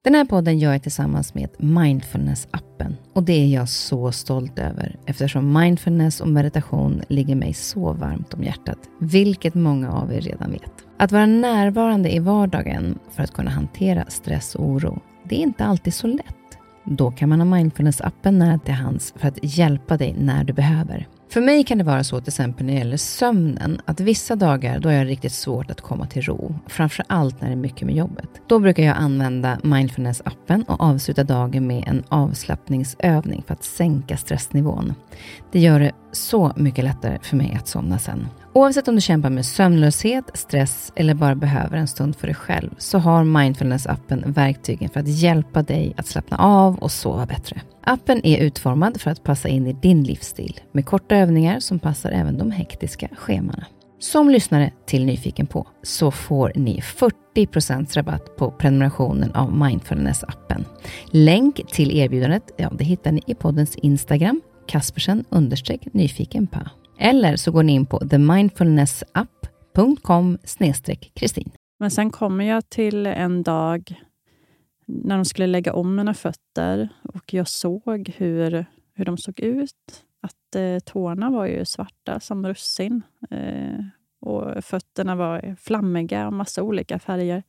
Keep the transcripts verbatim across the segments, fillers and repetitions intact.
Den här podden gör jag tillsammans med Mindfulness-appen. Och det är jag så stolt över eftersom mindfulness och meditation ligger mig så varmt om hjärtat. Vilket många av er redan vet. Att vara närvarande i vardagen för att kunna hantera stress och oro, det är inte alltid så lätt. Då kan man ha Mindfulness-appen nära till hands för att hjälpa dig när du behöver. För mig kan det vara så till exempel när det gäller sömnen att vissa dagar då är jag riktigt svårt att komma till ro. Framförallt när det är mycket med jobbet. Då brukar jag använda Mindfulness-appen och avsluta dagen med en avslappningsövning för att sänka stressnivån. Det gör det så mycket lättare för mig att somna sen. Oavsett om du kämpar med sömnlöshet, stress eller bara behöver en stund för dig själv så har Mindfulness-appen verktygen för att hjälpa dig att slappna av och sova bättre. Appen är utformad för att passa in i din livsstil med korta övningar som passar även de hektiska schemana. Som lyssnare till Nyfiken på så får ni fyrtio procent rabatt på prenumerationen av Mindfulness-appen. Länk till erbjudandet, ja, det hittar ni i poddens Instagram, Kaspersen understreck nyfiken på. Eller så går ni in på the mindfulness app punkt com snedstreck Kristin. Men sen kommer jag till en dag när de skulle lägga om mina fötter och jag såg hur, hur de såg ut. Att eh, tårna var ju svarta som russin eh, och fötterna var flammiga och massa olika färger.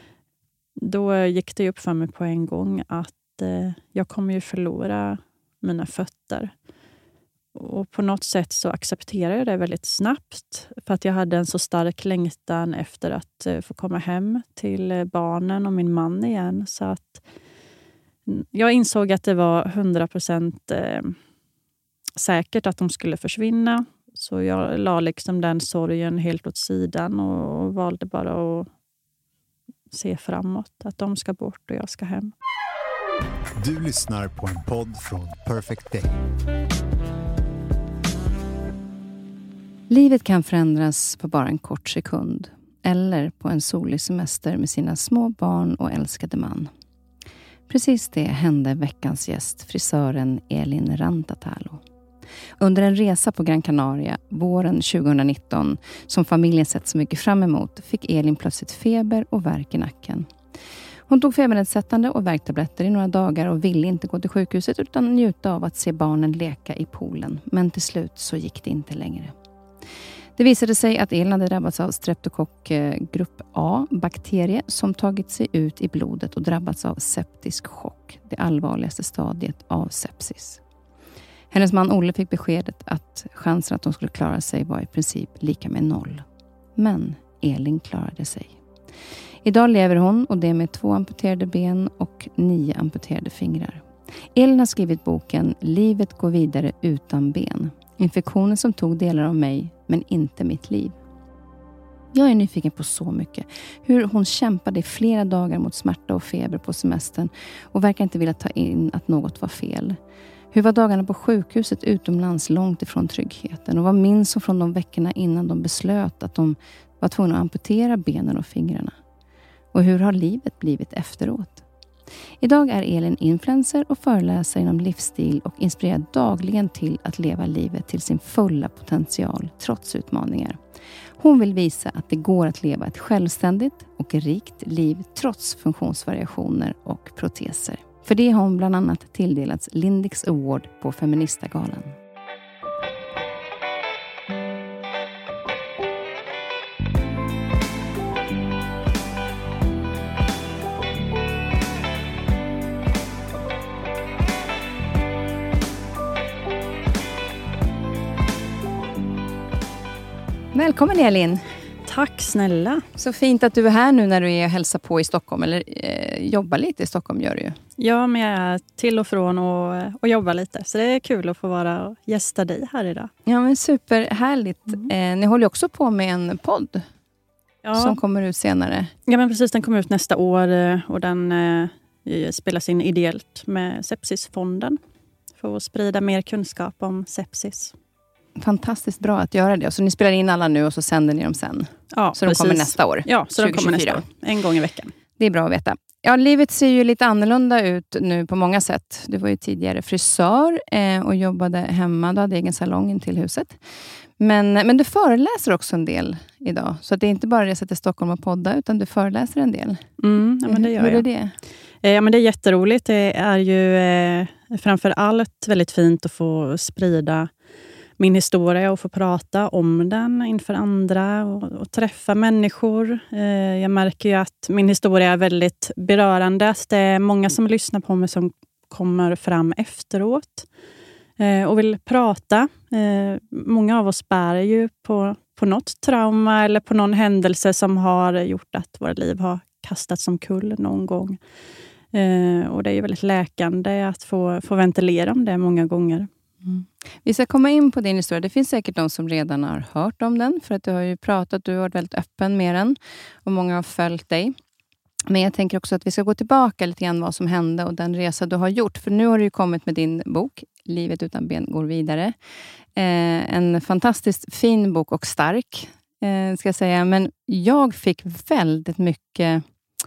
Då gick det upp för mig på en gång att eh, jag kommer ju förlora mina fötter. Och på något sätt så accepterade jag det väldigt snabbt. För att jag hade en så stark längtan efter att uh, få komma hem till barnen och min man igen. Så att jag insåg att det var hundra procent uh, säkert att de skulle försvinna. Så jag la liksom den sorgen helt åt sidan och, och valde bara att se framåt. Att de ska bort och jag ska hem. Du lyssnar på en podd från Perfect Day. Livet kan förändras på bara en kort sekund. Eller på en solig semester med sina små barn och älskade man. Precis det hände veckans gäst, frisören Elin Rantatalo. Under en resa på Gran Canaria våren tjugonitton som familjen sett så mycket fram emot fick Elin plötsligt feber och värk i nacken. Hon tog febernedsättande och värktabletter i några dagar och ville inte gå till sjukhuset utan njuta av att se barnen leka i poolen. Men till slut så gick det inte längre. Det visade sig att Elin hade drabbats av streptokock grupp A-bakterie som tagit sig ut i blodet och drabbats av septisk chock, det allvarligaste stadiet av sepsis. Hennes man Olle fick beskedet att chansen att hon skulle klara sig var i princip lika med noll. Men Elin klarade sig. Idag lever hon och det med två amputerade ben och nio amputerade fingrar. Elin har skrivit boken Livet går vidare utan ben. Infektionen som tog delar av mig men inte mitt liv. Jag är nyfiken på så mycket. Hur hon kämpade i flera dagar mot smärta och feber på semestern och verkar inte vilja ta in att något var fel. Hur var dagarna på sjukhuset utomlands långt ifrån tryggheten? Och vad minns hon från de veckorna innan de beslöt att de var tvungna att amputera benen och fingrarna? Och hur har livet blivit efteråt? Idag är Elin influencer och föreläser inom livsstil och inspirerar dagligen till att leva livet till sin fulla potential trots utmaningar. Hon vill visa att det går att leva ett självständigt och rikt liv trots funktionsvariationer och proteser. För det har hon bland annat tilldelats Lindex Award på Feministagalan. Välkommen Elin. Tack snälla. Så fint att du är här nu när du är och hälsar på i Stockholm. Eller eh, jobbar lite i Stockholm gör du ju. Ja, men jag är till och från och, och jobbar lite. Så det är kul att få vara och gästa dig här idag. Ja, men superhärligt. Mm. Eh, ni håller också på med en podd. Ja. Som kommer ut senare. Ja, men precis. Den kommer ut nästa år och den eh, spelas in ideellt med Sepsisfonden. För att sprida mer kunskap om sepsis. Fantastiskt bra att göra det. Så ni spelar in alla nu och så sänder ni dem sen. Ja, så precis. De kommer nästa år. Ja, så de kommer nästa år. En gång i veckan. Det är bra att veta. Ja, livet ser ju lite annorlunda ut nu på många sätt. Du var ju tidigare frisör eh, och jobbade hemma. Du hade egen salong in till huset. Men, men du föreläser också en del idag. Så att det är inte bara resa till Stockholm och podda utan du föreläser en del. Mm, ja, men det gör Hur jag. är det? Ja, men det är jätteroligt. Det är ju eh, framför allt väldigt fint att få sprida min historia och få prata om den inför andra och, och träffa människor. Eh, jag märker ju att min historia är väldigt berörande. Det är många som lyssnar på mig som kommer fram efteråt eh, och vill prata. Eh, många av oss bär ju på, på något trauma eller på någon händelse som har gjort att våra liv har kastats omkull någon gång. Eh, och det är ju väldigt läkande att få, få ventilera om det många gånger. Mm. Vi ska komma in på din historia. Det finns säkert de som redan har hört om den. För att du har ju pratat, du har varit väldigt öppen med den. Och många har följt dig. Men jag tänker också att vi ska gå tillbaka lite grann vad som hände och den resa du har gjort. För nu har du ju kommit med din bok, Livet utan ben går vidare. Eh, en fantastiskt fin bok och stark, eh, ska jag säga. Men jag fick väldigt mycket,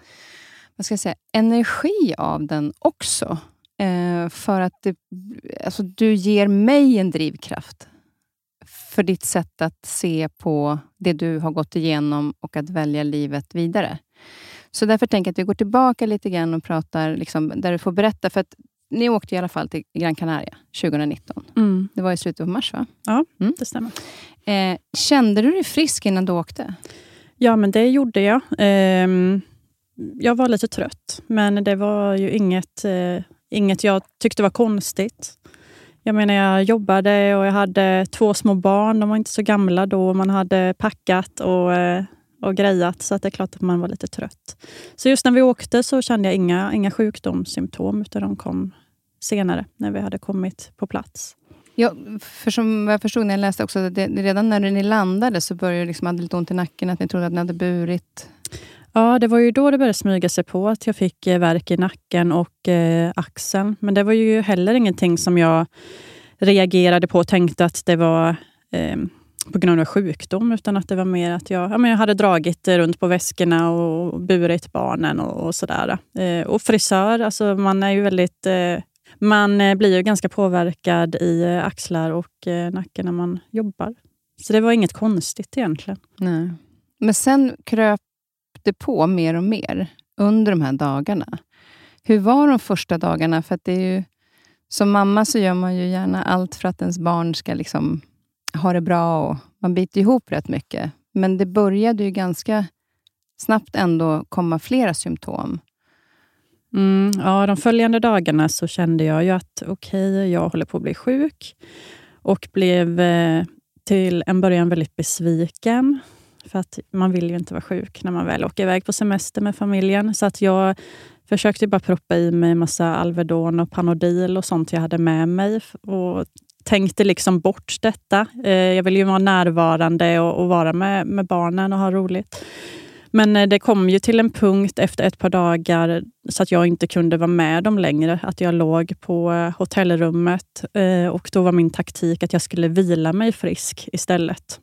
vad ska jag säga, energi av den också. Eh, för att det, alltså, du ger mig en drivkraft för ditt sätt att se på det du har gått igenom och att välja livet vidare. Så därför tänker jag att vi går tillbaka lite grann och pratar liksom, där du får berätta. För att ni åkte i alla fall till Gran Canaria tjugonitton. Mm. Det var i slutet av mars, va? Ja, mm. det stämmer. Eh, kände du dig frisk innan du åkte? Ja, men det gjorde jag. Eh, jag var lite trött. Men det var ju inget, eh, inget jag tyckte var konstigt. Jag menar, jag jobbade och jag hade två små barn. De var inte så gamla då. Man hade packat och... Eh, och grejat, så att det är klart att man var lite trött. Så just när vi åkte så kände jag inga, inga sjukdomssymptom, utan de kom senare när vi hade kommit på plats. Ja, för som jag förstod när jag läste också, det, redan när ni landade så började liksom, hade lite ont i nacken, att ni trodde att ni hade burit. Ja, det var ju då det började smyga sig på att jag fick värk i nacken och eh, axeln. Men det var ju heller ingenting som jag reagerade på och tänkte att det var... Eh, på grund av sjukdom, utan att det var mer att jag, ja, men jag hade dragit runt på väskorna och burit barnen och, och sådär. Eh, och frisör, alltså man är ju väldigt, eh, man blir ju ganska påverkad i eh, axlar och eh, nacken när man jobbar. Så det var inget konstigt egentligen. Nej. Men sen kröp det på mer och mer under de här dagarna. Hur var de första dagarna? För att det är ju, som mamma så gör man ju gärna allt för att ens barn ska liksom ha det bra och man biter ihop rätt mycket. Men det började ju ganska snabbt ändå komma flera symptom. Mm, ja, de följande dagarna så kände jag ju att okej, okay, jag håller på att bli sjuk. Och blev eh, till en början väldigt besviken. För att man vill ju inte vara sjuk när man väl åker iväg på semester med familjen. Så att jag försökte bara proppa i mig massa Alvedon och Panodil och sånt jag hade med mig. Och tänkte liksom bort detta. Eh, jag ville ju vara närvarande och, och vara med, med barnen och ha roligt. Men eh, det kom ju till en punkt efter ett par dagar så att jag inte kunde vara med dem längre. Att jag låg på eh, hotellrummet eh, och då var min taktik att jag skulle vila mig frisk istället.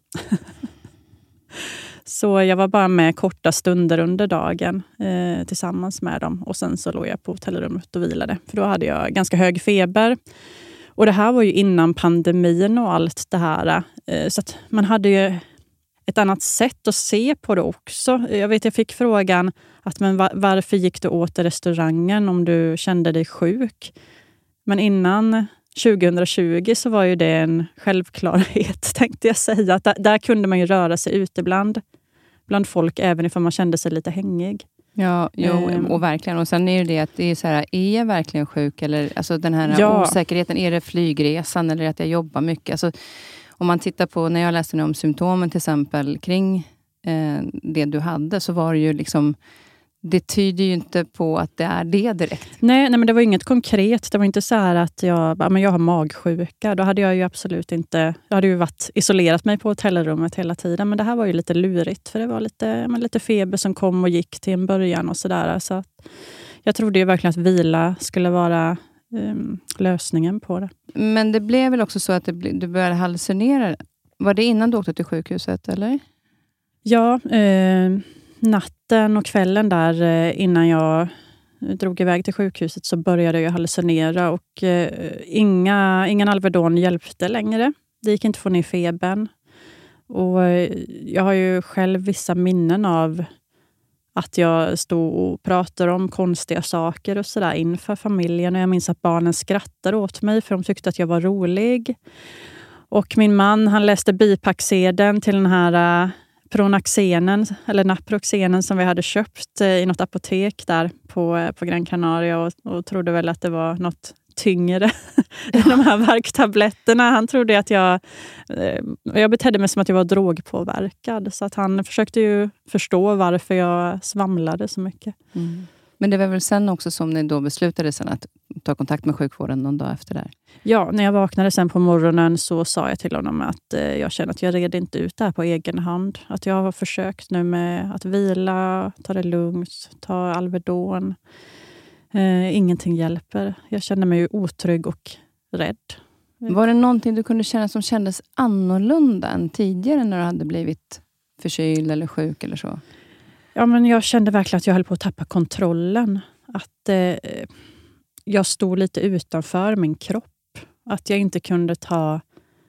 Så jag var bara med korta stunder under dagen eh, tillsammans med dem. Och sen så låg jag på hotellrummet och vilade. För då hade jag ganska hög feber. Och det här var ju innan pandemin och allt det här. Eh, så att man hade ju ett annat sätt att se på det också. Jag vet, jag fick frågan att men var, varför gick du åt restaurangen om du kände dig sjuk? Men innan tjugohundratjugo så var ju det en självklarhet, tänkte jag säga. Att där, där kunde man ju röra sig ute bland, bland folk även ifall man kände sig lite hängig. Ja, jo, och verkligen. Och sen är det att det är så här, är jag verkligen sjuk? Eller alltså den här ja. osäkerheten, är det flygresan eller att jag jobbar mycket? Alltså, om man tittar på, när jag läste nu om symptomen till exempel kring eh, det du hade, så var det ju liksom, det tyder ju inte på att det är det direkt. Nej, nej men det var inget konkret. Det var inte så här att jag, men jag har magsjuka. Då hade jag ju absolut inte, jag hade ju varit isolerat mig på hotellrummet hela tiden. Men det här var ju lite lurigt, för det var lite, men lite feber som kom och gick till en början och sådär. Så att jag trodde ju verkligen att vila skulle vara um, lösningen på det. Men det blev väl också så att det ble, du började hallucinera. Var det innan du åkte till sjukhuset, eller? Ja, eh, natten och kvällen där eh, innan jag drog iväg till sjukhuset så började jag hallucinera och eh, inga, ingen Alvedon hjälpte längre. Det gick inte att få ner febern. Och eh, jag har ju själv vissa minnen av att jag stod och pratade om konstiga saker och sådär inför familjen. Och jag minns att barnen skrattade åt mig för de tyckte att jag var rolig. Och min man, han läste bipacksedeln till den här uh, Pronaxenen, eller Naproxenen som vi hade köpt uh, i något apotek där på, uh, på Gran Canaria och, och trodde väl att det var något tyngre i de här värktabletterna. Han trodde att jag uh, jag betedde mig som att jag var drogpåverkad, så att han försökte ju förstå varför jag svamlade så mycket. Mm. Men det var väl sen också som ni då beslutade sen att ta kontakt med sjukvården någon dag efter det? Ja, när jag vaknade sen på morgonen så sa jag till honom att eh, jag känner att jag red inte ut det här på egen hand. Att jag har försökt nu med att vila, ta det lugnt, ta Alvedon. Eh, ingenting hjälper. Jag kände mig ju otrygg och rädd. Var det någonting du kunde känna som kändes annorlunda än tidigare när du hade blivit förkyld eller sjuk eller så? Ja, men jag kände verkligen att jag höll på att tappa kontrollen. Att eh, jag stod lite utanför min kropp. Att jag inte kunde ta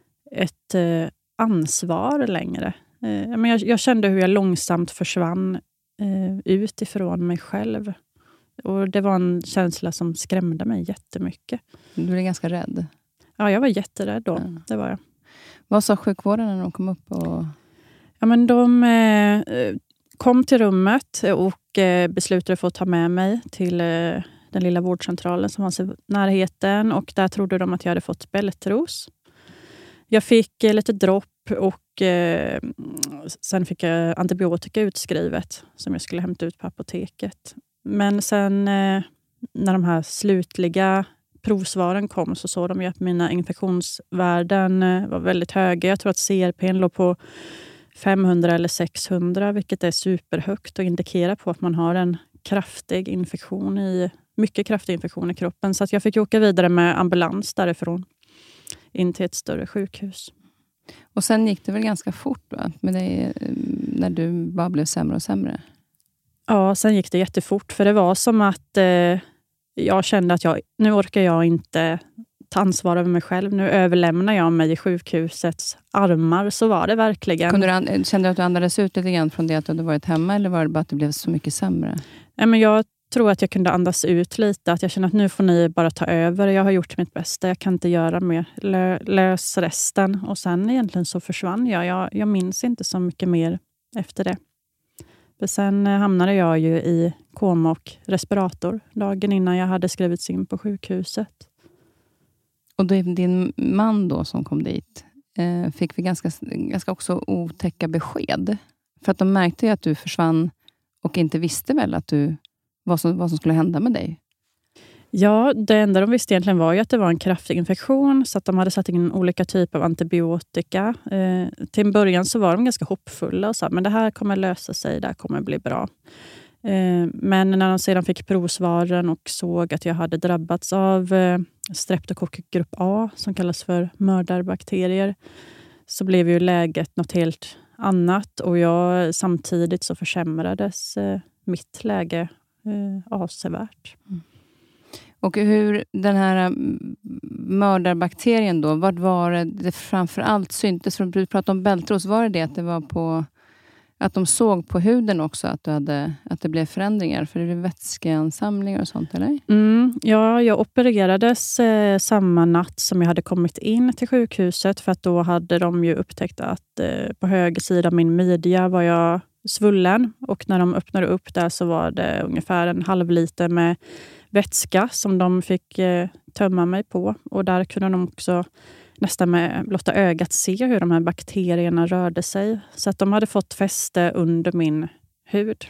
ett eh, ansvar längre. Eh, men jag, jag kände hur jag långsamt försvann eh, ut ifrån mig själv. Och det var en känsla som skrämde mig jättemycket. Du blev ganska rädd? Ja, jag var jätterädd då. Ja. Det var jag. Vad sa sjukvården när de kom upp? Och... Ja, men de eh, kom till rummet och eh, beslutade för att ta med mig till eh, den lilla vårdcentralen som fanns i närheten. Och där trodde de att jag hade fått bältros. Jag fick eh, lite dropp och eh, sen fick jag antibiotika utskrivet som jag skulle hämta ut på apoteket. Men sen eh, när de här slutliga provsvaren kom så såg de ju att mina infektionsvärden eh, var väldigt höga. Jag tror att C R P låg på femhundra eller sexhundra, vilket är superhögt och indikerar på att man har en kraftig infektion i, mycket kraftig infektion i kroppen. Så att jag fick åka vidare med ambulans därifrån in till ett större sjukhus. Och sen gick det väl ganska fort va? Med dig, när du bara blev sämre och sämre? Ja, sen gick det jättefort. För det var som att eh, jag kände att jag, nu orkar jag inte ta ansvar över mig själv. Nu överlämnar jag mig i sjukhusets armar. Så var det verkligen. Kunde du, kände du att du andades ut lite grann från det att du hade varit hemma? Eller var det bara att det blev så mycket sämre? Nej, men jag tror att jag kunde andas ut lite. Att jag kände att nu får ni bara ta över. Jag har gjort mitt bästa. Jag kan inte göra mer. Lö, lös resten. Och sen egentligen så försvann jag. jag. Jag minns inte så mycket mer efter det. För sen hamnade jag ju i koma och respirator dagen innan jag hade skrivits in på sjukhuset. Och då din man då som kom dit eh, fick vi ganska, ganska också otäcka besked. För att de märkte ju att du försvann och inte visste väl att du, vad, som, vad som skulle hända med dig. Ja, det enda de visste egentligen var ju att det var en kraftig infektion. Så att de hade satt in olika typer av antibiotika. Eh, till en början så var de ganska hoppfulla och sa men det här kommer lösa sig, det här kommer bli bra. Eh, men när de sedan fick provsvaren och såg att jag hade drabbats av eh, streptokockgrupp A som kallas för mördarbakterier så blev ju läget något helt annat. Och jag, samtidigt så försämrades eh, mitt läge eh, avsevärt. Mm. Och hur den här mördarbakterien då, vad var det, det framförallt syntes? För du pratade om bältros, var det det att det var på att de såg på huden också att, du hade, att det blev förändringar? För det blev vätskeansamlingar och sånt, eller? Mm, ja, jag opererades eh, samma natt som jag hade kommit in till sjukhuset. För att då hade de ju upptäckt att eh, på höger sida av min midja var jag svullen. Och när de öppnade upp där så var det ungefär en halv liter med vätska som de fick eh, tömma mig på. Och där kunde de också nästan med blotta ögat se hur de här bakterierna rörde sig. Så att de hade fått fäste under min hud.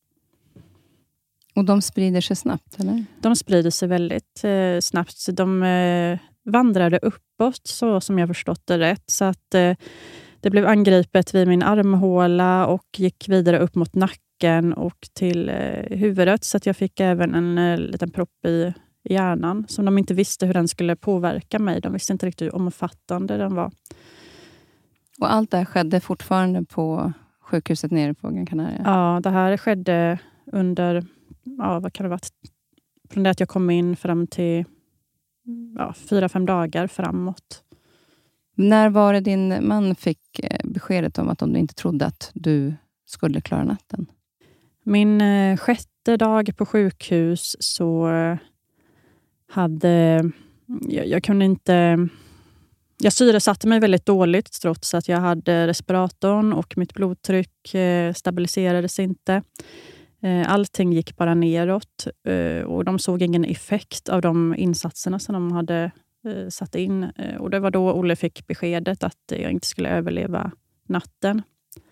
Och de sprider sig snabbt, eller? De sprider sig väldigt eh, snabbt. Så de eh, vandrade uppåt, så som jag förstått det rätt. Så att eh, det blev angripet vid min armhåla och gick vidare upp mot nacken och till eh, huvudet. Så att jag fick även en eh, liten propp i hjärnan som de inte visste hur den skulle påverka mig. De visste inte riktigt hur omfattande den var. Och allt det här skedde fortfarande på sjukhuset nere på Gran Canaria? Ja, det här skedde under, ja, vad kan det vara? Från det att jag kom in fram till ja, fyra, fem dagar framåt. När var det din man fick beskedet om att de inte trodde att du skulle klara natten? Min eh, sjätte dag på sjukhus så eh, hade... Jag, jag kunde inte... Jag syresatte mig väldigt dåligt trots att jag hade respiratorn och mitt blodtryck eh, stabiliserades inte. Eh, allting gick bara neråt eh, och de såg ingen effekt av de insatserna som de hade eh, satt in. Eh, och det var då Olle fick beskedet att jag inte skulle överleva natten.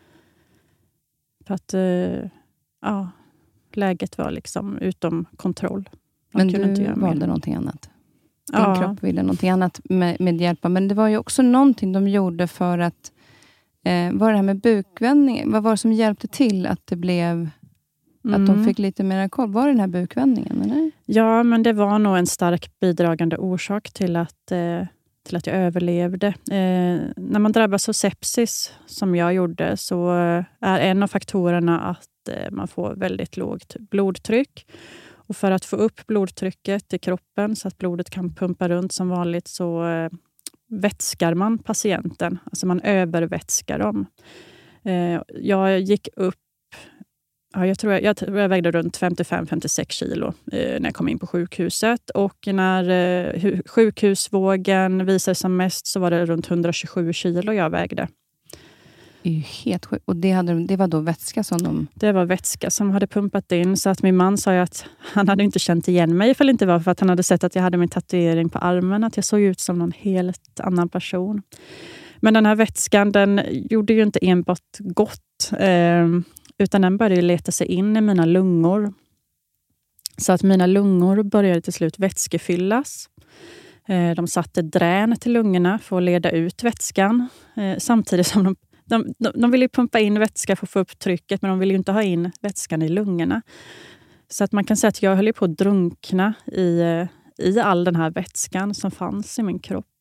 För att eh, ja, läget var liksom utom kontroll. De Men kunde du inte göra valde mer. någonting annat. Din Ja. kropp ville någonting annat med, med hjälpa. Men det var ju också någonting de gjorde för att... Eh, var det här med bukvändning? Vad var det som hjälpte till att det blev... Mm. Att de fick lite mer koll? Var det den här bukvändningen, eller? Ja, men det var nog en stark bidragande orsak till att, eh, till att jag överlevde. Eh, när man drabbas av sepsis, som jag gjorde, så är en av faktorerna att eh, man får väldigt lågt blodtryck. Och för att få upp blodtrycket i kroppen så att blodet kan pumpa runt som vanligt så eh, vätskar man patienten. Alltså man övervätskar dem. Eh, jag gick upp Ja, jag, tror jag, jag tror jag vägde runt femtiofem till femtiosex kilo eh, när jag kom in på sjukhuset. Och när eh, sjukhusvågen visade som mest så var det runt hundratjugosju kilo jag vägde. Det är ju helt sjukt. Och det, hade, det var då vätska som de... Det var vätska som hade pumpat in. Så att min man sa ju att han hade inte känt igen mig. Ifall det inte var för att han hade sett att jag hade min tatuering på armen. Att jag såg ut som någon helt annan person. Men den här vätskan, den gjorde ju inte enbart gott. Eh, Utan den började leta sig in i mina lungor. Så att mina lungor började till slut vätskefyllas. De satte drän till lungorna för att leda ut vätskan. Samtidigt som de, de, de ville pumpa in vätska för att få upp trycket. Men de ville inte ha in vätskan i lungorna. Så att man kan säga att jag höll på att drunkna i, i all den här vätskan som fanns i min kropp.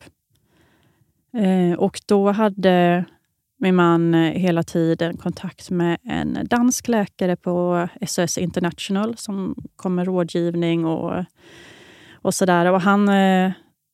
Och då hade... Min man hela tiden kontakt med en dansk läkare på S O S International som kom med rådgivning och, och sådär. Och han, eh,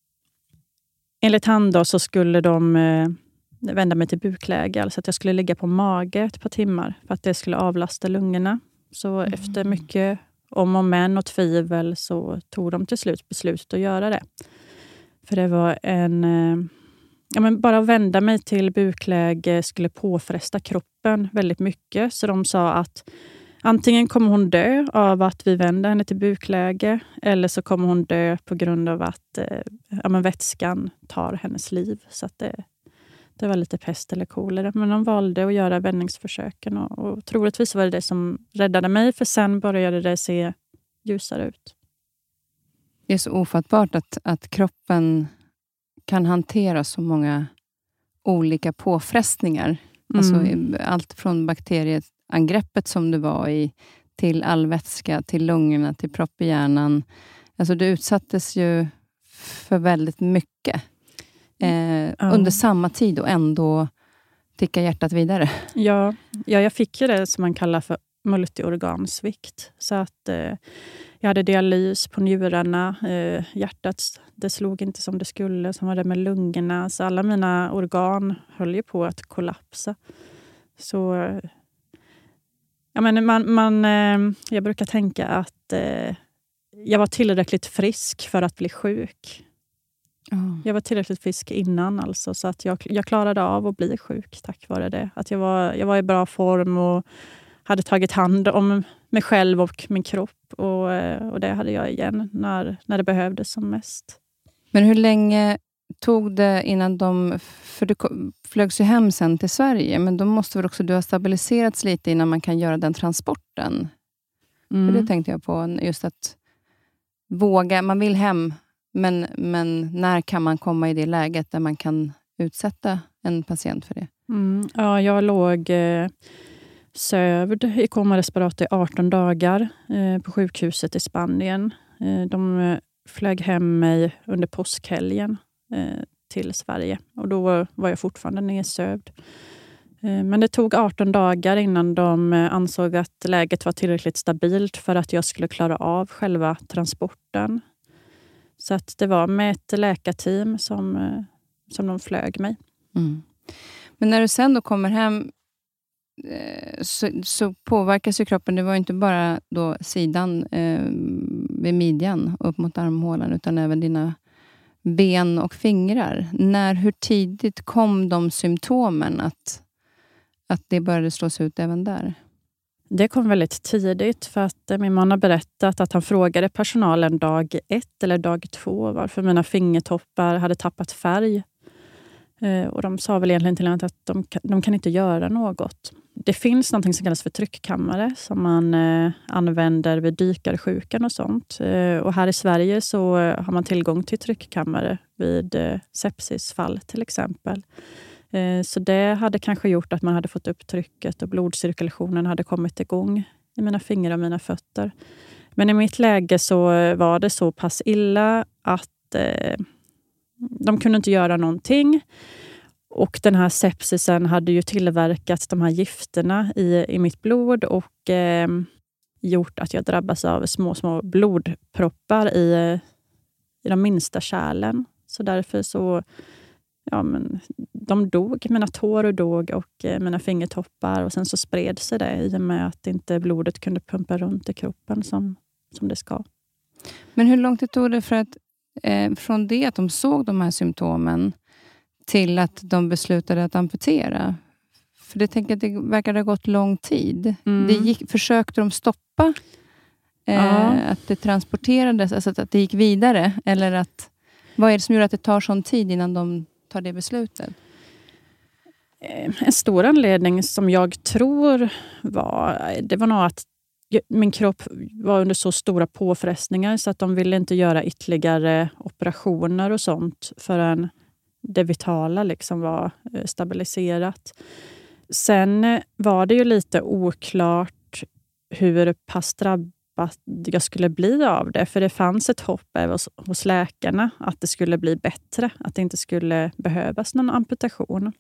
enligt han då så skulle de eh, vända mig till bukläge. Alltså att jag skulle ligga på mage ett par timmar för att det skulle avlasta lungorna. Så mm. efter mycket om och men och tvivel så tog de till slut beslutet att göra det. För det var en... Eh, Ja, men bara att vända mig till bukläge skulle påfresta kroppen väldigt mycket. Så de sa att antingen kommer hon dö av att vi vänder henne till bukläge. Eller så kommer hon dö på grund av att eh, ja, men vätskan tar hennes liv. Så att det, det var lite pest eller kolera. Men de valde att göra vändningsförsöken. Och, och troligtvis var det det som räddade mig. För sen började det se ljusare ut. Det är så ofattbart att, att kroppen... kan hantera så många olika påfrestningar. Mm. Alltså allt från bakterieangreppet som du var i till all vätska, till lungorna, till propp i hjärnan. Alltså du utsattes ju för väldigt mycket eh, mm. under samma tid och ändå tickar hjärtat vidare. Ja, ja, jag fick ju det som man kallar för multiorgansvikt. Så att eh, jag hade dialys på njurarna. Eh, hjärtat, det slog inte som det skulle. Som var det med lungorna. Så alla mina organ höll ju på att kollapsa. Så ja, men man, man, eh, jag brukar tänka att eh, jag var tillräckligt frisk för att bli sjuk. Oh. Jag var tillräckligt frisk innan alltså. Så att jag, jag klarade av att bli sjuk tack vare det. Att jag var, jag var i bra form och hade tagit hand om mig själv och min kropp. Och, och det hade jag igen när, när det behövdes som mest. Men hur länge tog det innan de... För du flögs ju hem sen till Sverige. Men då måste väl också du ha stabiliserats lite innan man kan göra den transporten. Mm. För det tänkte jag på. Just att våga... Man vill hem. Men, men när kan man komma i det läget där man kan utsätta en patient för det? Mm. Ja, jag låg... Eh, sövd i komarespirator i arton dagar eh, på sjukhuset i Spanien. Eh, de flög hem mig under påskhelgen eh, till Sverige. Och då var jag fortfarande nedsövd. Eh, men det tog arton dagar innan de eh, ansåg att läget var tillräckligt stabilt för att jag skulle klara av själva transporten. Så att det var med ett läkarteam som, eh, som de flög mig. Mm. Men när du sen då kommer hem, eh, så, så påverkas ju kroppen. Det var ju inte bara då sidan eh, vid midjan upp mot armhålan, utan även dina ben och fingrar. När, hur tidigt kom de symptomen att, att det började slås ut även där? Det kom väldigt tidigt, för att min man har berättat att han frågade personalen dag ett eller dag två varför mina fingertoppar hade tappat färg. Eh, och de sa väl egentligen till honom att de, de kan inte göra något. Det finns något som kallas för tryckkammare som man eh, använder vid dykarsjukan och sånt. Eh, och här i Sverige så har man tillgång till tryckkammare vid eh, sepsisfall till exempel. Eh, så det hade kanske gjort att man hade fått upp trycket och blodcirkulationen hade kommit igång i mina fingrar och mina fötter. Men i mitt läge så var det så pass illa att eh, de kunde inte göra någonting. Och den här sepsisen hade ju tillverkat de här gifterna i, i mitt blod och eh, gjort att jag drabbas av små, små blodproppar i, i de minsta kärlen. Så därför så, ja men, de dog, mina tår dog och eh, mina fingertoppar. Och sen så spred sig det i och med att inte blodet kunde pumpa runt i kroppen som, som det ska. Men hur långt det tog det för att, eh, från det att de såg de här symptomen till att de beslutade att amputera? För det tänker att det verkar ha gått lång tid. Mm. Det gick, försökte de stoppa eh, ja. att det transporterades, alltså att, att det gick vidare? Eller att, vad är det som gör att det tar sån tid innan de tar det beslutet? En stor anledning som jag tror var, det var nog att min kropp var under så stora påfrestningar så att de ville inte göra ytterligare operationer och sånt förrän det vitala liksom var stabiliserat. Sen var det ju lite oklart hur pass drabbat jag skulle bli av det. För det fanns ett hopp hos, hos läkarna att det skulle bli bättre. Att det inte skulle behövas någon amputation.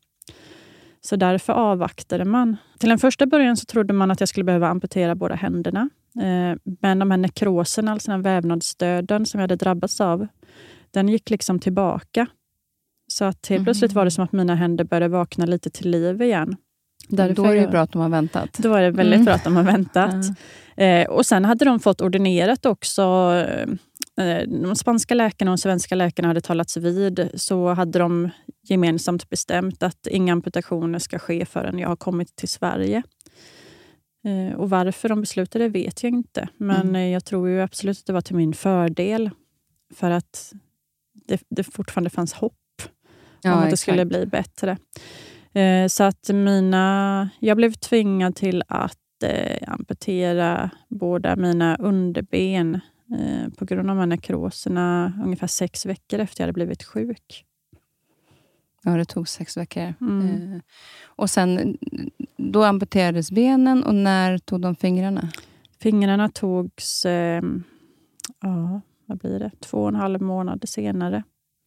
Så därför avvaktade man. Till en första början så trodde man att jag skulle behöva amputera båda händerna. Men de här nekroserna, alltså den vävnadsdöden som jag hade drabbats av, den gick liksom tillbaka. Så att helt plötsligt var det som att mina händer började vakna lite till liv igen. Därför då är det ju bra att de har väntat. Då är det väldigt mm. bra att de har väntat. Mm. Eh, och sen hade de fått ordinerat också. Eh, de spanska läkarna och svenska läkarna hade talats vid. Så hade de gemensamt bestämt att inga amputationer ska ske förrän jag har kommit till Sverige. Eh, och varför de beslutade vet jag inte. Men mm. eh, jag tror ju absolut att det var till min fördel. För att det, det fortfarande fanns hopp. Ja, om att det exakt. skulle bli bättre. Eh, så att mina... Jag blev tvingad till att eh, amputera båda mina underben eh, på grund av nekroserna ungefär sex veckor efter jag hade blivit sjuk. Ja, det tog sex veckor. Mm. Eh, och sen, då amputerades benen och när tog de fingrarna? Fingrarna togs, eh, ja, vad blir det? Två och en halv månad senare.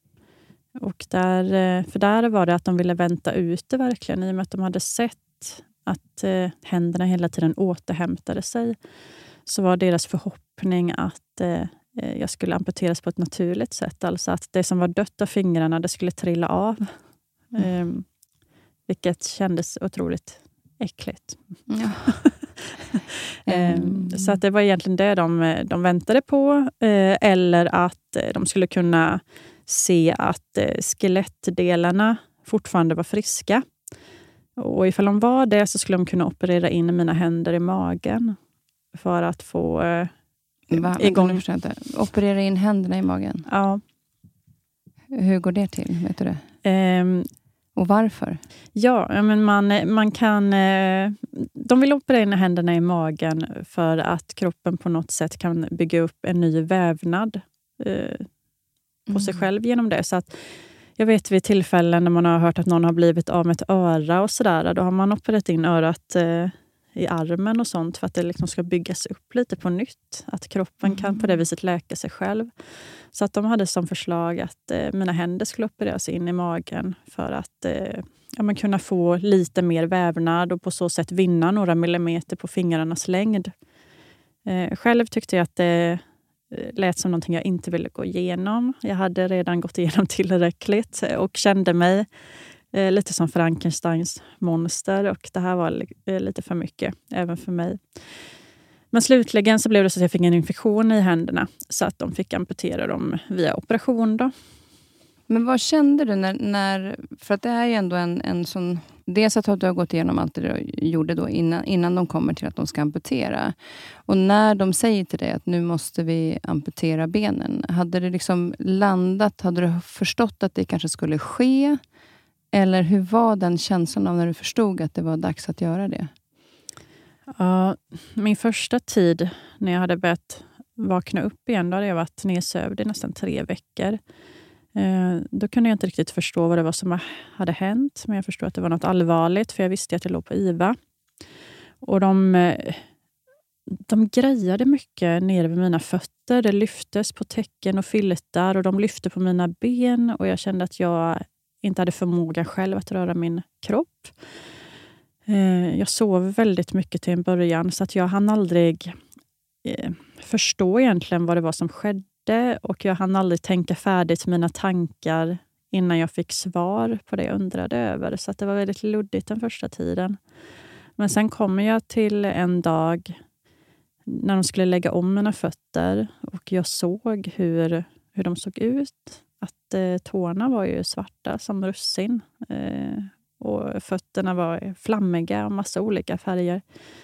Och där, för där var det att de ville vänta ut det verkligen i och med att de hade sett att eh, händerna hela tiden återhämtade sig. Så var deras förhoppning att eh, jag skulle amputeras på ett naturligt sätt. Alltså att det som var dött av fingrarna, det skulle trilla av. Mm. Eh, vilket kändes otroligt äckligt. Ja. eh, så att det var egentligen det de, de väntade på. Eh, eller att de skulle kunna se att eh, skelettdelarna fortfarande var friska. Och ifall de var det så skulle de kunna operera in mina händer i magen för att få eh, Va? igång. Operera in händerna i magen? Ja. Hur går det till? Vet du det? Eh, Och varför? Ja, men man, man kan... Eh, de vill operera in händerna i magen för att kroppen på något sätt kan bygga upp en ny vävnad eh, på mm. sig själv genom det. Så att jag vet vid tillfällen när man har hört att någon har blivit av med ett öra och sådär. Då har man opererat in örat eh, i armen och sånt för att det liksom ska byggas upp lite på nytt. Att kroppen mm. kan på det viset läka sig själv. Så att de hade som förslag att eh, mina händer skulle opereras in i magen för att eh, ja, man kunna få lite mer vävnad och på så sätt vinna några millimeter på fingrarnas längd. Eh, själv tyckte jag att det lät som någonting jag inte ville gå igenom. Jag hade redan gått igenom tillräckligt och kände mig Eh, lite som Frankensteins monster, och det här var li- eh, lite för mycket även för mig. Men slutligen så blev det så att jag fick en infektion i händerna, så att de fick amputera dem via operation då. Men vad kände du när, när för att det är ju ändå en, en sån, dels att du har gått igenom allt det du gjorde då innan, innan de kommer till att de ska amputera. Och när de säger till dig att nu måste vi amputera benen, hade det liksom landat, hade du förstått att det kanske skulle ske? Eller hur var den känslan av när du förstod att det var dags att göra det? Ja, min första tid när jag hade börjat vakna upp igen, då hade jag varit nedsövd i nästan tre veckor. Eh, då kunde jag inte riktigt förstå vad det var som hade hänt. Men jag förstod att det var något allvarligt, för jag visste att jag låg på I V A. Och de, de grejade mycket nere vid mina fötter. Det lyftes på täcken och filtar, och de lyfte på mina ben. Och jag kände att jag inte hade förmåga själv att röra min kropp. Eh, jag sov väldigt mycket till en början, så att jag hann aldrig eh, förstå egentligen vad det var som skedde. Och jag hann aldrig tänka färdigt mina tankar innan jag fick svar på det jag undrade över. Så att det var väldigt luddigt den första tiden. Men sen kommer jag till en dag när de skulle lägga om mina fötter. Och jag såg hur, hur de såg ut. Att eh, tårna var ju svarta som russin. Eh, och fötterna var flammiga och massa olika färger.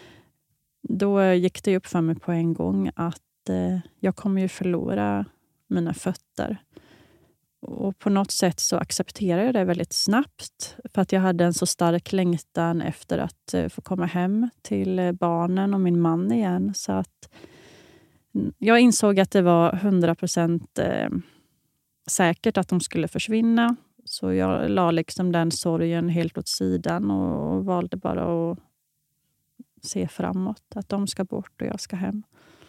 Då gick det upp för mig på en gång att eh, jag kommer ju förlora mina fötter. Och på något sätt så accepterade jag det väldigt snabbt. För att jag hade en så stark längtan efter att eh, få komma hem till barnen och min man igen. Så att jag insåg att det var hundra procent eh, säkert att de skulle försvinna. Så jag la liksom den sorgen helt åt sidan och valde bara att se framåt. Att de ska bort och jag ska hem.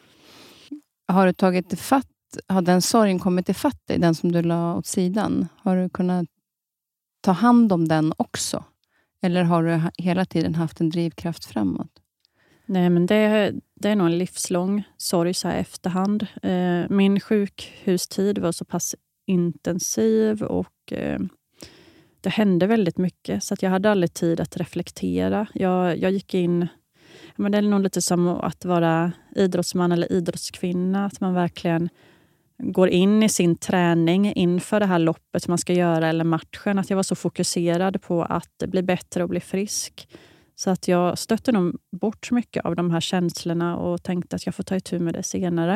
Har du tagit fatt, har den sorgen kommit i fatt dig, den som du la åt sidan? Har du kunnat ta hand om den också? Eller har du hela tiden haft en drivkraft framåt? Nej, men det, det är nog en livslång sorg så här efterhand. Eh, min sjukhustid var så pass intensiv och eh, det hände väldigt mycket. Så att jag hade aldrig tid att reflektera. Jag, jag gick in... Men det är nog lite som att vara idrottsman eller idrottskvinna. Att man verkligen går in i sin träning inför det här loppet man ska göra eller matchen. Att jag var så fokuserad på att bli bättre och bli frisk. Så att jag stötte nog bort mycket av de här känslorna och tänkte att jag får ta itu med det senare.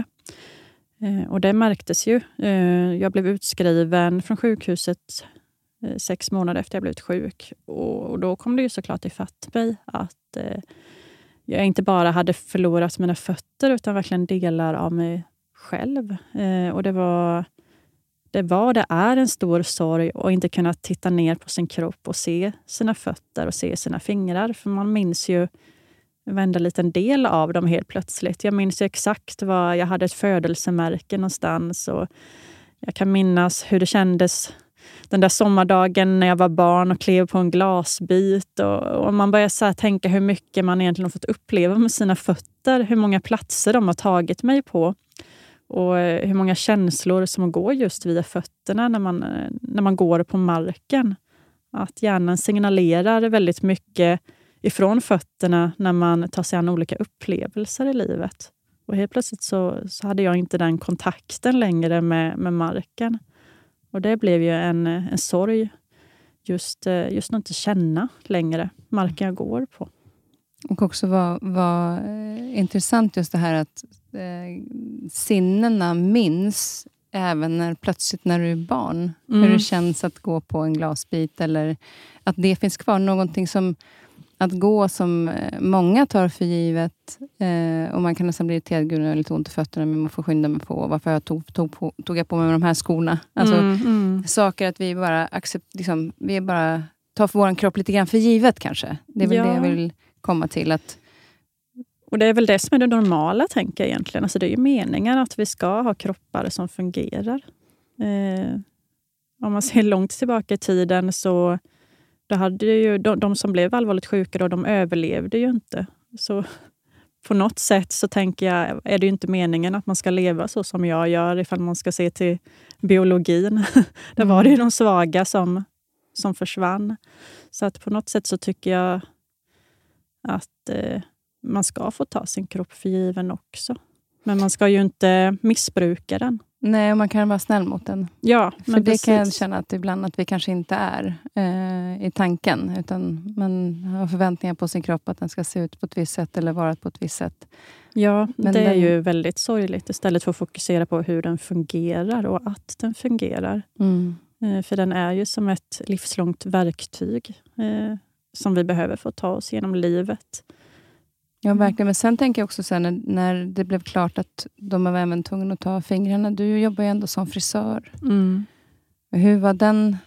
Eh, och det märktes ju. Eh, jag blev utskriven från sjukhuset eh, sex månader efter jag blivit sjuk. Och, och då kom det ju såklart ifatt mig att eh, jag inte bara hade förlorat mina fötter utan verkligen delar av mig själv. Eh, och det var, det var, det är en stor sorg att inte kunna titta ner på sin kropp och se sina fötter och se sina fingrar. För man minns ju varenda liten del av dem helt plötsligt. Jag minns ju exakt vad jag hade ett födelsemärke någonstans. Och jag kan minnas hur det kändes den där sommardagen när jag var barn och klev på en glasbit. Och, och man börjar så här tänka hur mycket man egentligen har fått uppleva med sina fötter. Hur många platser de har tagit mig på. Och hur många känslor som går just via fötterna när man, när man går på marken. Att hjärnan signalerar väldigt mycket ifrån fötterna när man tar sig an olika upplevelser i livet. Och helt plötsligt så, så hade jag inte den kontakten längre med, med marken. Och det blev ju en, en sorg just, just att inte känna längre marken jag går på. Och också var, var eh, intressant just det här att eh, sinnena minns även när plötsligt när du är barn. Mm. Hur det känns att gå på en glasbit eller att det finns kvar. Någonting som att gå som många tar för givet eh, och man kan nästan bli irriterad, gud, jag har lite ont i fötterna men man får skynda mig på varför jag tog, tog, på, tog jag på mig de här skorna. Alltså mm, mm. saker att vi bara accept, liksom, vi bara tar för vår kropp lite grann för givet kanske. Det är väl ja. det jag vill komma till. Att... Och det är väl det som är det normala, tänker jag egentligen. Alltså det är ju meningen att vi ska ha kroppar som fungerar. Eh, om man ser långt tillbaka i tiden så då hade ju de, de som blev allvarligt sjuka då, de överlevde ju inte. Så på något sätt så tänker jag, är det ju inte meningen att man ska leva så som jag gör ifall man ska se till biologin. Där var det ju de svaga som, som försvann. Så att på något sätt så tycker jag att eh, man ska få ta sin kropp för given också. Men man ska ju inte missbruka den. Nej, och man kan vara snäll mot den. Ja, för men det precis. kan jag känna att ibland att vi kanske inte är eh, i tanken. Utan man har förväntningar på sin kropp att den ska se ut på ett visst sätt eller vara på ett visst sätt. Ja, men det den... är ju väldigt sorgligt istället för att fokusera på hur den fungerar och att den fungerar. Mm. Eh, för den är ju som ett livslångt verktyg eh, som vi behöver få ta oss genom livet. Ja, verkligen. Men sen tänker jag också så här, när, när det blev klart att de var även tvungna att ta fingrarna. Du jobbar ju ändå som frisör. Mm. Hur var den...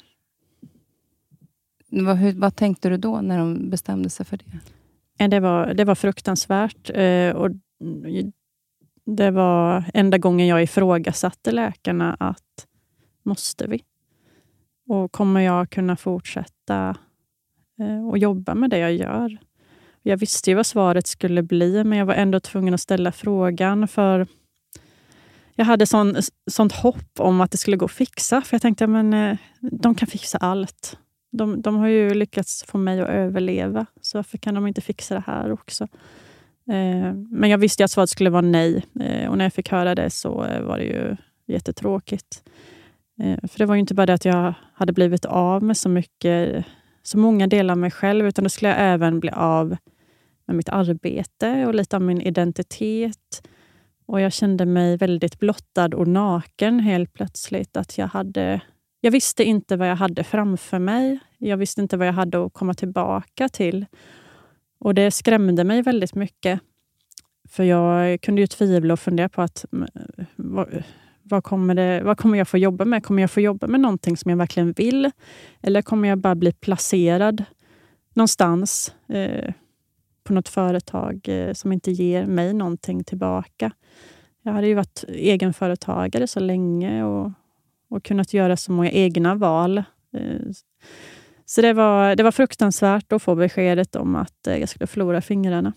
Vad, hur, vad tänkte du då när de bestämde sig för det? Det var, det var fruktansvärt. Eh, och det var enda gången jag ifrågasatte läkarna att måste vi? Och kommer jag kunna fortsätta eh, och jobba med det jag gör? Jag visste ju vad svaret skulle bli, men jag var ändå tvungen att ställa frågan, för jag hade sån, sånt hopp om att det skulle gå att fixa. För jag tänkte, men eh, de kan fixa allt. De, de har ju lyckats få mig att överleva, så varför kan de inte fixa det här också? Eh, men jag visste att svaret skulle vara nej. Eh, och när jag fick höra det så eh, var det ju jättetråkigt. Eh, för det var ju inte bara det att jag hade blivit av med så mycket, så många delar av mig själv, utan då skulle jag även bli av med mitt arbete och lite av min identitet. Och jag kände mig väldigt blottad och naken helt plötsligt. Att jag hade, jag visste inte vad jag hade framför mig. Jag visste inte vad jag hade att komma tillbaka till. Och det skrämde mig väldigt mycket. För jag kunde ju tvivla och fundera på att vad, vad, kommer det, vad kommer jag få jobba med? Kommer jag få jobba med någonting som jag verkligen vill? Eller kommer jag bara bli placerad någonstans eh, på något företag eh, som inte ger mig någonting tillbaka? Jag hade ju varit egenföretagare så länge och, och kunnat göra så många egna val. Eh, så det var, det var fruktansvärt att få beskedet om att eh, jag skulle förlora fingrarna.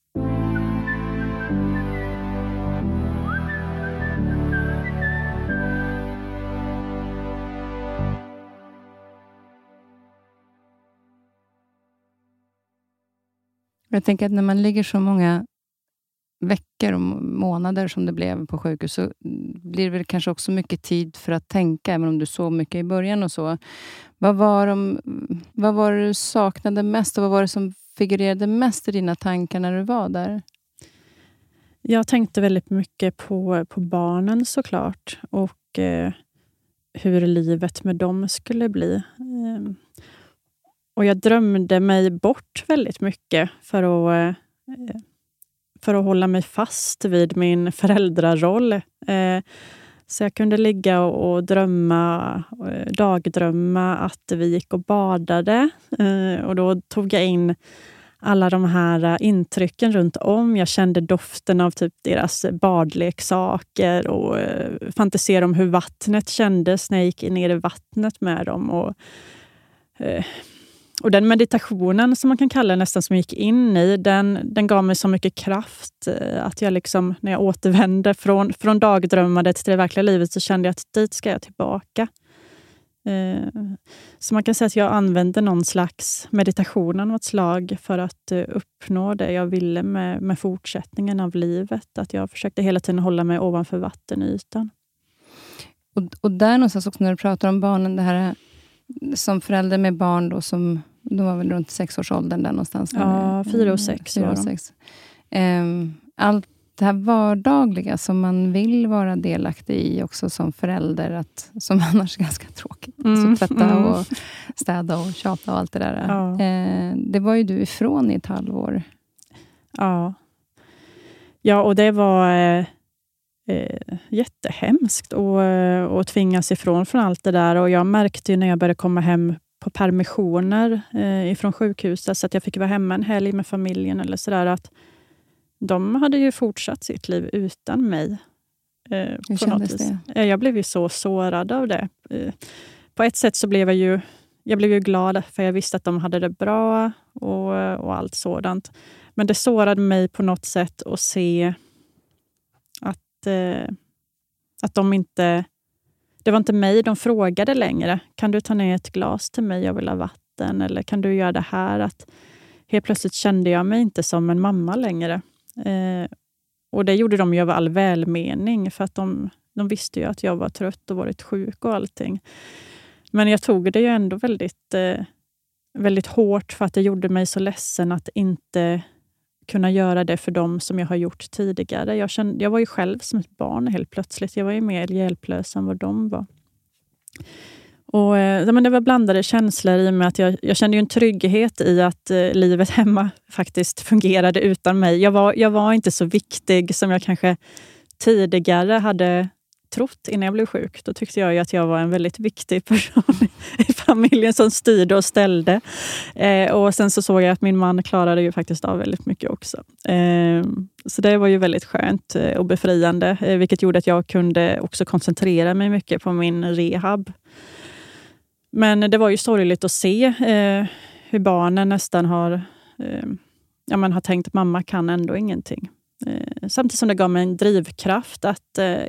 Jag tänker att när man ligger så många veckor och månader som det blev på sjukhus, så blir det väl kanske också mycket tid för att tänka, även om du sov mycket i början och så. Vad var, de, vad var det du saknade mest och vad var det som figurerade mest i dina tankar när du var där? Jag tänkte väldigt mycket på, på barnen såklart och eh, hur livet med dem skulle bli. Eh, och jag drömde mig bort väldigt mycket för att, eh, för att hålla mig fast vid min föräldraroll. Eh, så jag kunde ligga och, och drömma, eh, dagdrömma att vi gick och badade. Eh, och då tog jag in alla de här intrycken runt om. Jag kände doften av typ deras badleksaker och eh, fantiserade om hur vattnet kändes när jag gick ner i vattnet med dem. Och, eh, och den meditationen som man kan kalla nästan som jag gick in i, den, den gav mig så mycket kraft eh, att jag liksom, när jag återvände från, från dagdrömmandet till det verkliga livet, så kände jag att dit ska jag tillbaka. Så man kan säga att jag använde någon slags meditation av ett slag för att uppnå det jag ville med, med fortsättningen av livet. Att jag försökte hela tiden hålla mig ovanför vattenytan. Och, och där någonstans också när du pratar om barnen, det här som förälder med barn då, som de var väl runt sexårsåldern där någonstans. Ja, fyra och sex fyra var och de. sex. Um, allt det här vardagliga som man vill vara delaktig i också som förälder, att, som annars är ganska tråkigt. Mm, så tvätta mm. och städa och tjata och allt det där. Ja. Eh, det var ju du ifrån i ett halvår. Ja, ja och det var eh, eh, jättehemskt att och tvingas ifrån från allt det där. Och jag märkte ju när jag började komma hem på permissioner eh, ifrån sjukhuset, så att jag fick vara hemma en helg med familjen eller sådär, att de hade ju fortsatt sitt liv utan mig. Eh, Hur på kändes något vis. det? Jag blev ju så sårad av det. Eh, på ett sätt så blev jag ju, jag blev ju glad för jag visste att de hade det bra och, och allt sådant. Men det sårade mig på något sätt att se att, eh, att de inte... det var inte mig de frågade längre. Kan du ta ner ett glas till mig? Jag vill ha vatten. Eller kan du göra det här? Att helt plötsligt kände jag mig inte som en mamma längre. Eh, och det gjorde de ju av all välmening. För att de, de visste ju att jag var trött och varit sjuk och allting. Men jag tog det ju ändå väldigt, eh, väldigt hårt. För att det gjorde mig så ledsen att inte kunna göra det för dem som jag har gjort tidigare. Jag, kände, jag var ju själv som ett barn helt plötsligt. Jag var ju mer hjälplös än vad de var. Och, eh, men det var blandade känslor i och med att jag, jag kände ju en trygghet i att eh, livet hemma faktiskt fungerade utan mig. Jag var, jag var inte så viktig som jag kanske tidigare hade trott innan jag blev sjuk. Då tyckte jag ju att jag var en väldigt viktig person i familjen som styrde och ställde. Eh, och sen så såg jag att min man klarade ju faktiskt av väldigt mycket också. Eh, så det var ju väldigt skönt och befriande. Eh, vilket gjorde att jag kunde också koncentrera mig mycket på min rehab. Men det var ju sorgligt att se eh, hur barnen nästan har, eh, ja, man har tänkt att mamma kan ändå ingenting. Eh, samtidigt som det gav mig en drivkraft att eh,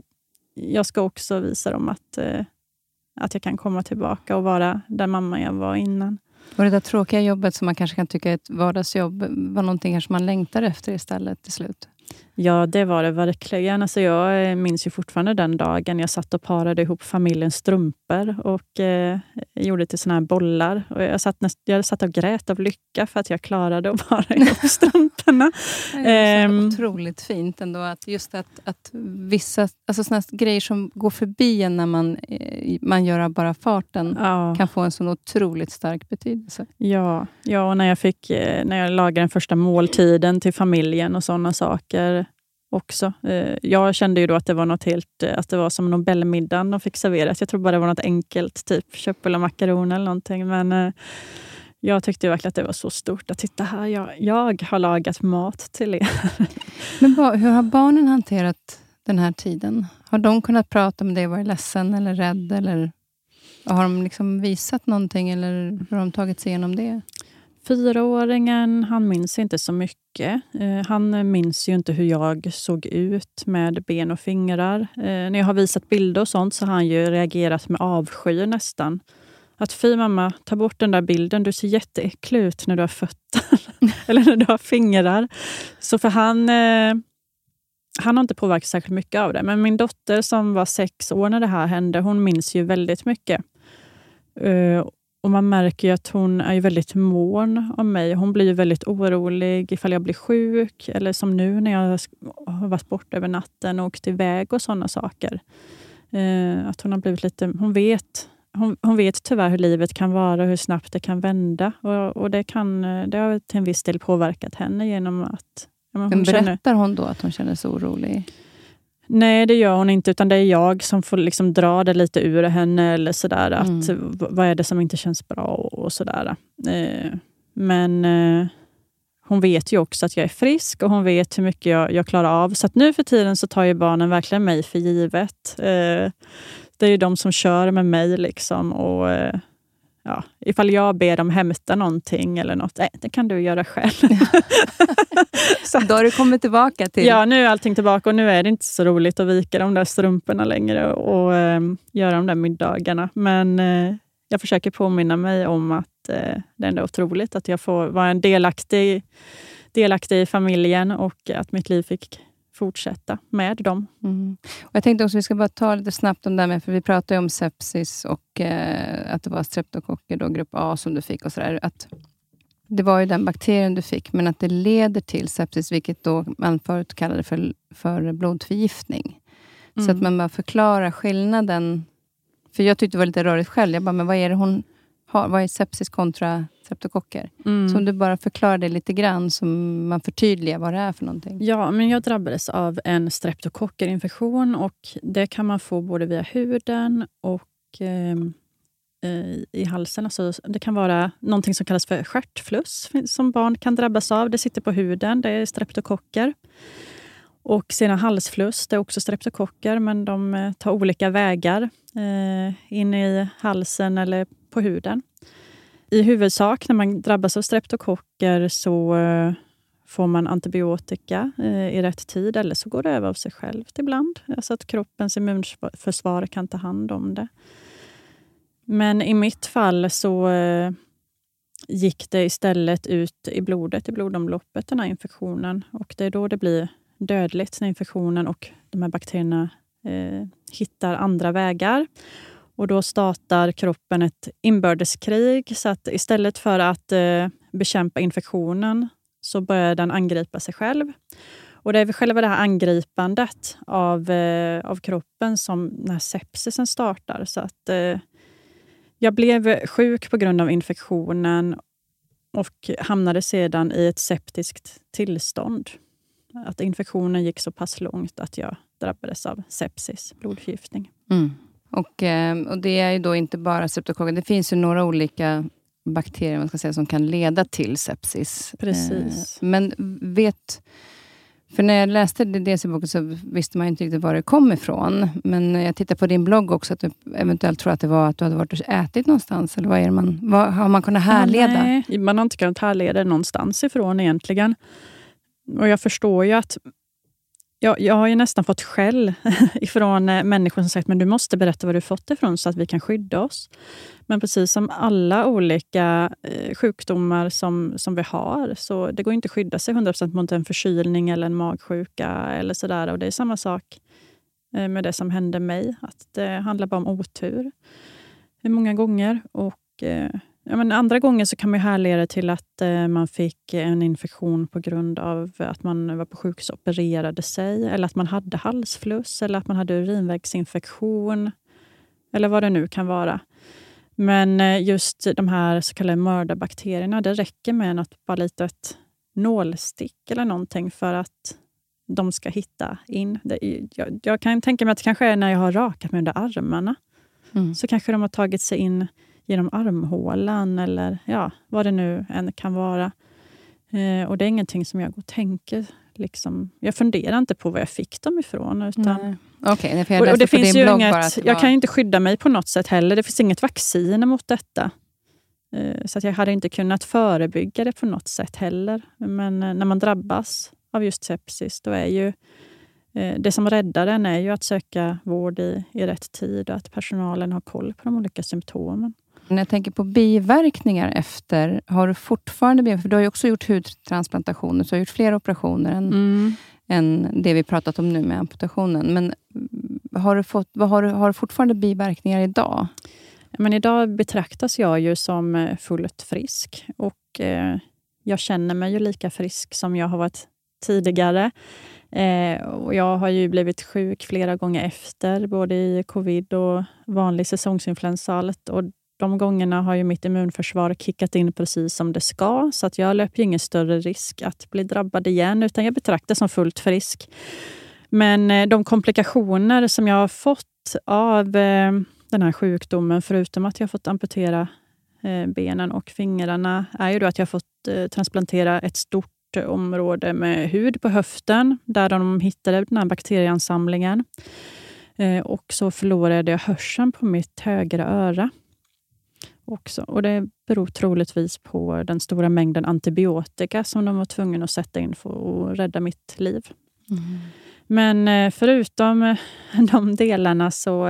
jag ska också visa dem att, eh, att jag kan komma tillbaka och vara den mamma jag var innan. Och det där tråkiga jobbet som man kanske kan tycka är ett vardagsjobb var någonting kanske man längtar efter istället till slut? Ja, det var det verkligen. Alltså jag minns ju fortfarande den dagen jag satt och parade ihop familjens strumpor och eh, gjorde till såna här bollar. Och jag, satt näst, jag satt och grät av lycka för att jag klarade att para ihop strumporna. Det är så otroligt fint ändå att just att, att vissa alltså såna grejer som går förbi en när man, eh, man gör bara farten ja. Kan få en sån otroligt stark betydelse. Ja, ja och när jag, fick, när jag lagade den första måltiden till familjen och sådana saker också. Jag kände ju då att det var något helt, att det var som Nobelmiddagen de fick serverat. Jag tror bara det var något enkelt, typ köttbullar, makaroner eller någonting. Men jag tyckte verkligen att det var så stort att titta här, jag, jag har lagat mat till er. Men hur har barnen hanterat den här tiden? Har de kunnat prata med dig, varit ledsen eller rädd? Eller har de liksom visat någonting eller hur har de tagit sig igenom det? Fyraåringen, han minns inte så mycket. Eh, han minns ju inte hur jag såg ut med ben och fingrar. Eh, när jag har visat bilder och sånt så har han ju reagerat med avsky nästan. Att fy mamma, ta bort den där bilden. Du ser jätteäcklig ut när du har fötter. Eller när du har fingrar. Så för han, eh, han har inte påverkat särskilt mycket av det. Men min dotter som var sex år när det här hände, hon minns ju väldigt mycket. Eh, Och man märker ju att hon är ju väldigt mån om mig. Hon blir ju väldigt orolig ifall jag blir sjuk. Eller som nu när jag har varit bort över natten och åkt iväg och sådana saker. Eh, att hon har blivit lite... Hon vet, hon, hon vet tyvärr hur livet kan vara och hur snabbt det kan vända. Och, och det, kan, det har till en viss del påverkat henne genom att... Ja, men hon men berättar känner, hon då att hon känner sig orolig? Nej, det gör hon inte, utan det är jag som får liksom dra det lite ur henne eller sådär. Att mm. vad är det som inte känns bra och, och sådär. Eh, men eh, hon vet ju också att jag är frisk och hon vet hur mycket jag, jag klarar av. Så att nu för tiden så tar ju barnen verkligen mig för givet. Eh, det är ju de som kör med mig liksom och... Eh, Ja, ifall jag ber dem hämta någonting eller något, nej, det kan du göra själv. Så då har du kommit tillbaka till... Ja, nu är allting tillbaka och nu är det inte så roligt att vika de där strumporna längre och eh, göra de där middagarna. Men eh, jag försöker påminna mig om att eh, det är ändå otroligt att jag får vara en delaktig, delaktig i familjen och att mitt liv fick fortsätta med dem. Mm. Och jag tänkte också att vi ska bara ta lite snabbt om det här med, för vi pratade ju om sepsis och eh, att det var streptokocker då, grupp A som du fick och sådär. Att det var ju den bakterien du fick, men att det leder till sepsis, vilket då man förut kallade för, för blodförgiftning. Mm. Så att man bara förklarar skillnaden. För jag tyckte det var lite rörigt själv. Jag bara, men vad är det hon har? Vad är sepsis kontra streptokocker? Mm. Så om du bara förklarar det lite grann så man förtydligar vad det är för någonting. Ja, men jag drabbades av en streptokockerinfektion och det kan man få både via huden och eh, i halsen. Alltså, det kan vara någonting som kallas för stjärtfluss som barn kan drabbas av. Det sitter på huden, det är streptokocker. Och sedan halsfluss, det är också streptokocker, men de tar olika vägar eh, in i halsen eller på huden. I huvudsak när man drabbas av streptokocker så eh, får man antibiotika eh, i rätt tid, eller så går det över av sig självt ibland. Alltså att kroppens immunförsvar kan ta hand om det. Men i mitt fall så eh, gick det istället ut i blodet, i blodomloppet, den här infektionen. Och det är då det blir dödligt, när infektionen och de här bakterierna eh, hittar andra vägar. Och då startar kroppen ett inbördeskrig, så att istället för att eh, bekämpa infektionen så börjar den angripa sig själv. Och det är väl själva det här angripandet av, eh, av kroppen som när sepsisen startar. Så att eh, jag blev sjuk på grund av infektionen och hamnade sedan i ett septiskt tillstånd. Att infektionen gick så pass långt att jag drabbades av sepsis, blodförgiftning. Mm. Och, och det är ju då inte bara streptokocker. Det finns ju några olika bakterier man ska säga, som kan leda till sepsis. Precis. Men vet... För när jag läste det dels i boken så visste man inte riktigt var det kom ifrån. Men jag tittade på din blogg också att du eventuellt tror att det var att du hade varit och ätit någonstans. Eller vad är det man, vad har man kunnat härleda? Ja, nej, man har inte kunnat härleda någonstans ifrån egentligen. Och jag förstår ju att jag, jag har ju nästan fått skäll ifrån människor som sagt men du måste berätta var du fått det ifrån så att vi kan skydda oss. Men precis som alla olika eh, sjukdomar som, som vi har så det går inte att skydda sig hundra procent mot en förkylning eller en magsjuka eller sådär. Och det är samma sak eh, med det som hände mig. Att det handlar bara om otur många gånger. Och eh, ja, men andra gånger så kan man ju härleda till att eh, man fick en infektion på grund av att man var på sjukhus och opererade sig. Eller att man hade halsfluss eller att man hade urinvägsinfektion. Eller vad det nu kan vara. Men just de här så kallade mördarbakterierna, det räcker med något bara litet nålstick eller någonting för att de ska hitta in. Det, jag, jag kan tänka mig att det kanske är när jag har rakat mig under armarna. Mm. Så kanske de har tagit sig in genom armhålan eller ja, vad det nu än kan vara. Eh, och det är ingenting som jag går och tänker. Liksom, jag funderar inte på var jag fick dem ifrån. Utan, okay, för jag och, och det finns ju inget, var... jag kan ju inte skydda mig på något sätt heller. Det finns inget vaccin mot detta. Eh, så att jag hade inte kunnat förebygga det på något sätt heller. Men eh, när man drabbas av just sepsis, då är ju eh, det som räddar den är ju att söka vård i, i rätt tid och att personalen har koll på de olika symptomen. När jag tänker på biverkningar efter, har du fortfarande biverkningar? För du har ju också gjort hudtransplantationer, så du har gjort fler operationer än, mm. än det vi pratat om nu med amputationen. Men har du, fått, vad har, du, har du fortfarande biverkningar idag? Men idag betraktas jag ju som fullt frisk och eh, jag känner mig ju lika frisk som jag har varit tidigare. Eh, och jag har ju blivit sjuk flera gånger efter, både i covid och vanlig säsongsinfluensa. Och de gångerna har ju mitt immunförsvar kickat in precis som det ska. Så att jag löper ju ingen större risk att bli drabbad igen, utan jag betraktas som fullt frisk. Men eh, de komplikationer som jag har fått av eh, den här sjukdomen, förutom att jag har fått amputera eh, benen och fingrarna, är ju då att jag har fått eh, transplantera ett stort område med hud på höften, där de hittade den här bakterieansamlingen. Eh, och så förlorade jag hörseln på mitt högra öra. Också. Och det beror troligtvis på den stora mängden antibiotika som de var tvungna att sätta in för att rädda mitt liv. Mm. Men förutom de delarna så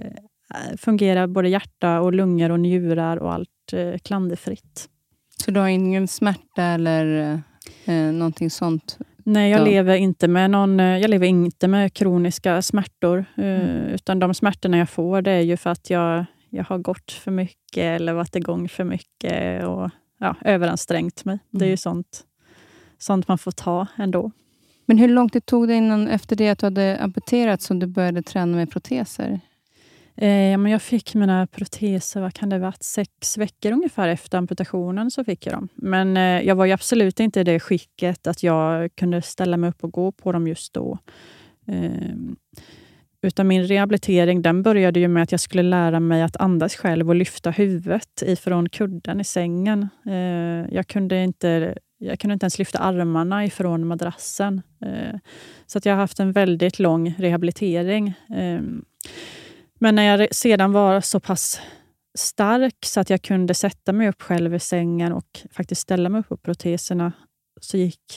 fungerar både hjärta och lungor och njurar och allt klanderfritt. Så du har ingen smärta eller eh, någonting sånt? Nej, jag lever inte med någon, jag lever inte med kroniska smärtor. Mm. Utan de smärtorna jag får, det är ju för att jag Jag har gått för mycket eller varit igång för mycket och ja, överansträngt mig. Mm. Det är ju sånt, sånt man får ta ändå. Men hur långt det tog det innan efter det att du hade amputerat som du började träna med proteser? Eh, men jag fick mina proteser, vad kan det vara, sex veckor ungefär efter amputationen så fick jag dem. Men eh, jag var ju absolut inte i det skicket att jag kunde ställa mig upp och gå på dem just då. Eh, Utan min rehabilitering, den började ju med att jag skulle lära mig att andas själv och lyfta huvudet ifrån kudden i sängen. Eh, jag, kunde inte, jag kunde inte ens lyfta armarna ifrån madrassen. Eh, så att jag har haft en väldigt lång rehabilitering. Eh, men när jag sedan var så pass stark så att jag kunde sätta mig upp själv i sängen och faktiskt ställa mig upp på proteserna, så gick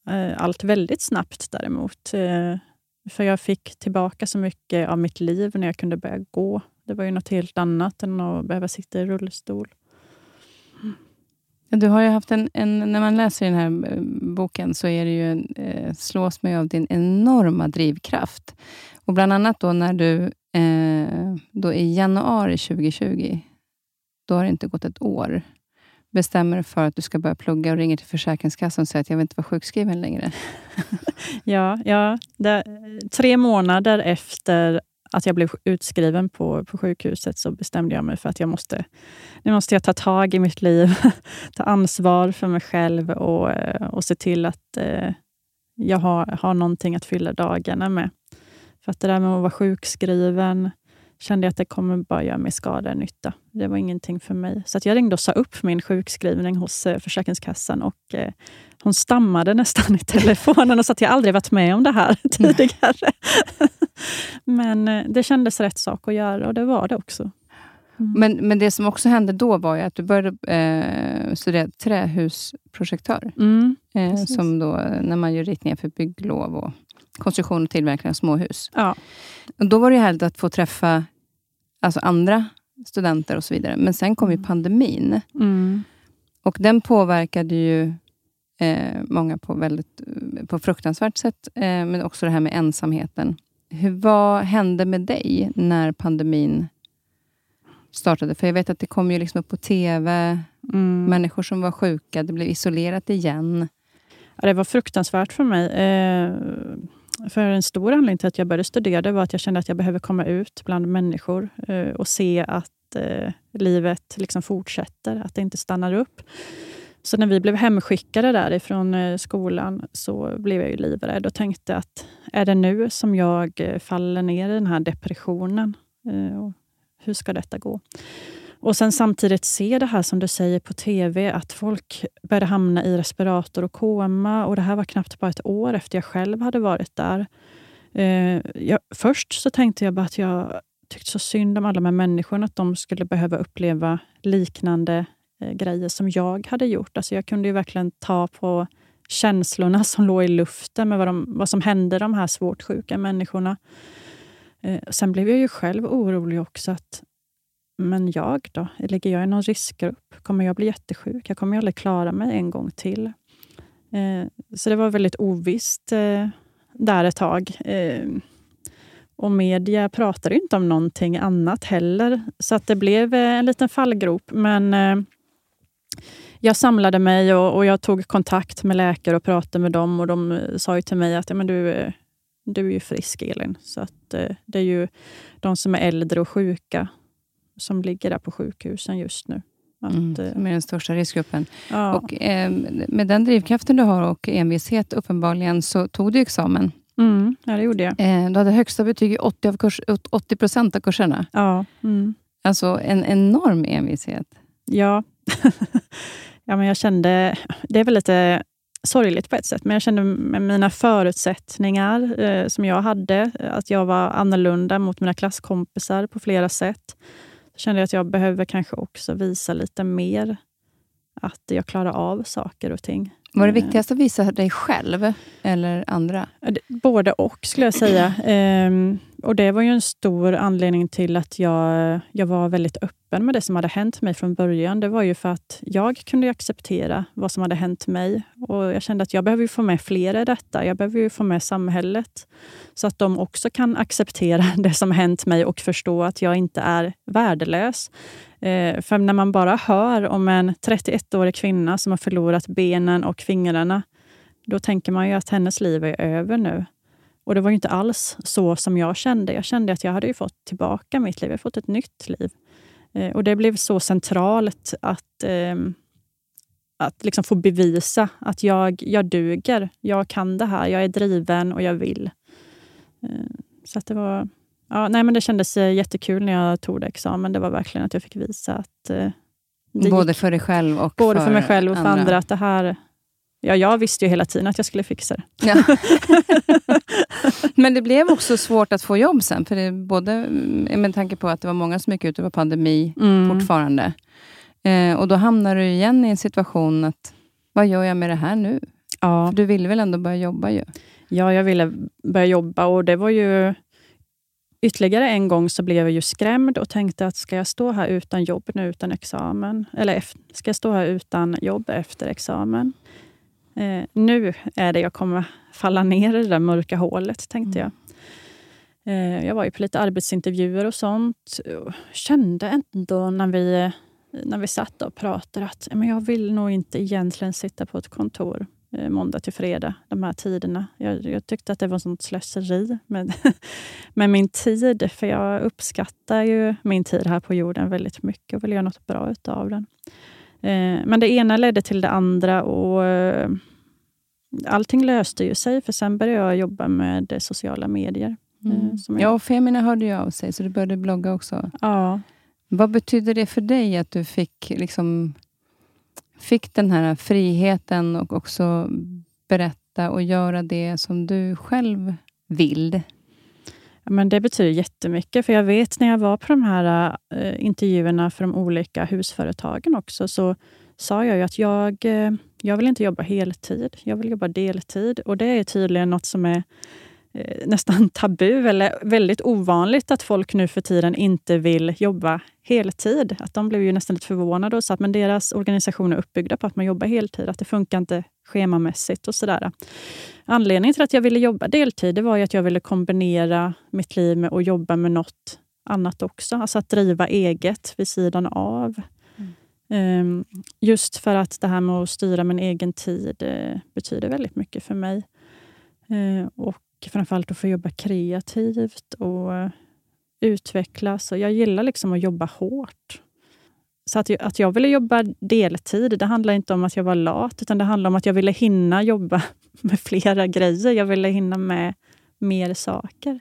eh, allt väldigt snabbt däremot. Eh, för jag fick tillbaka så mycket av mitt liv när jag kunde börja gå. Det var ju något helt annat än att behöva sitta i rullstol. Mm. Du har ju haft en, en, när man läser den här boken så är det ju en, eh, slås mig av din enorma drivkraft. Och bland annat då när du eh, då i januari tjugo tjugo, då har det inte gått ett år, bestämmer dig för att du ska börja plugga och ringer till Försäkringskassan och säger att jag vill inte vara sjukskriven längre. ja, ja det, tre månader efter att jag blev utskriven på, på sjukhuset så bestämde jag mig för att jag måste, nu måste jag ta tag i mitt liv, ta ansvar för mig själv och, och se till att eh, jag har, har någonting att fylla dagarna med. För att det där med att vara sjukskriven kände jag att det kommer bara göra mig skada och nytta. Det var ingenting för mig. Så att jag ringde och sa upp min sjukskrivning hos eh, Försäkringskassan och eh, hon stammade nästan i telefonen och sa att jag aldrig varit med om det här tidigare. Men eh, det kändes rätt sak att göra och det var det också. Mm. Men, men det som också hände då var ju att du började eh, studera trähusprojektör. Mm, eh, som då, när man gör ritningar för bygglov och konstruktion och tillverkning av småhus. Ja. Och då var det ju härligt att få träffa alltså andra studenter och så vidare. Men sen kom ju pandemin. Mm. Och den påverkade ju eh, många på väldigt på fruktansvärt sätt. Eh, men också det här med ensamheten. Hur, vad hände med dig när pandemin startade? För jag vet att det kom ju liksom upp på tv. Mm. Människor som var sjuka. Det blev isolerat igen. Ja, det var fruktansvärt för mig. Eh, för en stor anledning till att jag började studera det var att jag kände att jag behöver komma ut bland människor eh, och se att eh, livet liksom fortsätter, att det inte stannar upp. Så när vi blev hemskickade därifrån eh, skolan så blev jag ju livrädd och tänkte att är det nu som jag eh, faller ner i den här depressionen? Eh, och hur ska detta gå? Och sen samtidigt se det här som du säger på tv, att folk började hamna i respirator och koma. Och det här var knappt bara ett år efter jag själv hade varit där. Eh, jag, först så tänkte jag bara att jag tyckte så synd om alla de här människorna, att de skulle behöva uppleva liknande eh, grejer som jag hade gjort. Alltså jag kunde ju verkligen ta på känslorna som låg i luften med vad, de, vad som hände de här svårt sjuka människorna. Eh, sen blev jag ju själv orolig också att men jag då? Ligger jag i någon riskgrupp? Kommer jag bli jättesjuk? Jag kommer aldrig klara mig en gång till. Eh, så det var väldigt ovisst eh, där ett tag. Eh, och media pratade inte om någonting annat heller. Så att det blev eh, en liten fallgrop. Men eh, jag samlade mig och, och jag tog kontakt med läkare och pratade med dem. Och de eh, sa ju till mig att ja, men du, eh, du är ju frisk, Elin. Så att eh, det är ju de som är äldre och sjuka som ligger där på sjukhusen just nu. Att, mm, som är den största riskgruppen. Ja. Och eh, med den drivkraften du har och envishet uppenbarligen så tog du examen. Mm, ja, det gjorde jag. Eh, du hade högsta betyg i åttio, av kurs, åttio procent av kurserna. Ja. Mm. Alltså en enorm envishet. Ja. ja, men jag kände, det är väl lite sorgligt på ett sätt, men jag kände med mina förutsättningar eh, som jag hade, att jag var annorlunda mot mina klasskompisar på flera sätt. Så kände jag att jag behöver kanske också visa lite mer att jag klarar av saker och ting. Var det viktigast att visa dig själv eller andra? Både och skulle jag säga. Ehm, och det var ju en stor anledning till att jag, jag var väldigt öppen med det som hade hänt mig från början. Det var ju för att jag kunde acceptera vad som hade hänt mig. Och jag kände att jag behöver ju få med fler i detta. Jag behöver ju få med samhället. Så att de också kan acceptera det som hänt mig och förstå att jag inte är värdelös. Eh, för när man bara hör om en trettioettårig kvinna som har förlorat benen och fingrarna, då tänker man ju att hennes liv är över nu. Och det var ju inte alls så som jag kände. Jag kände att jag hade ju fått tillbaka mitt liv. Jag hade fått ett nytt liv. Eh, och det blev så centralt att, eh, att liksom få bevisa att jag, jag duger. Jag kan det här. Jag är driven och jag vill. Eh, så att det var... Ja, nej, men det kändes jättekul när jag tog det examen. Det var verkligen att jag fick visa att... Eh, både gick, för dig själv och både för, för mig själv och för andra. andra. Att det här... Ja, jag visste ju hela tiden att jag skulle fixa det. Ja. Men det blev också svårt att få jobb sen. För det både med tanke på att det var många som gick ut och var pandemi mm. fortfarande. Eh, och då hamnar du igen i en situation att vad gör jag med det här nu? Ja. För du ville väl ändå börja jobba ju? Ja, jag ville börja jobba och det var ju ytterligare en gång så blev jag ju skrämd och tänkte att ska jag stå här utan jobb nu utan examen? Eller ska jag stå här utan jobb efter examen? Eh, nu är det jag kommer falla ner i det där mörka hålet, tänkte Mm. jag. Eh, jag var ju på lite arbetsintervjuer och sånt. Och kände ändå när vi, när vi satt och pratade att men jag vill nog inte egentligen sitta på ett kontor eh, måndag till fredag, de här tiderna. Jag, jag tyckte att det var sånt slöseri med, med min tid. För jag uppskattar ju min tid här på jorden väldigt mycket och vill göra något bra utav den. Eh, men det ena ledde till det andra och eh, allting löste ju sig. För sen började jag jobba med sociala medier. Mm. Som Ja, och Femina hörde ju av sig, så du började blogga också. Ja. Vad betyder det för dig att du fick, liksom, fick den här friheten och också berätta och göra det som du själv vill? Ja, men det betyder jättemycket. För jag vet när jag var på de här äh, intervjuerna för de olika husföretagen också, så sa jag ju att jag, äh, jag vill inte jobba heltid. Jag vill jobba deltid. Och det är tydligen något som är nästan tabu eller väldigt ovanligt att folk nu för tiden inte vill jobba heltid. Att de blev ju nästan lite förvånade och sa att men deras organisation är uppbyggda på att man jobbar heltid, att det funkar inte schemamässigt och sådär. Anledningen till att jag ville jobba deltid, det var ju att jag ville kombinera mitt liv med att jobba med något annat också. Alltså att driva eget vid sidan av. Mm. Um, just för att det här med att styra min egen tid uh, betyder väldigt mycket för mig. Uh, och framförallt att få jobba kreativt och utvecklas. Och jag gillar liksom att jobba hårt. Så att jag, att jag ville jobba deltid, det handlar inte om att jag var lat, utan det handlar om att jag ville hinna jobba med flera grejer. Jag ville hinna med mer saker.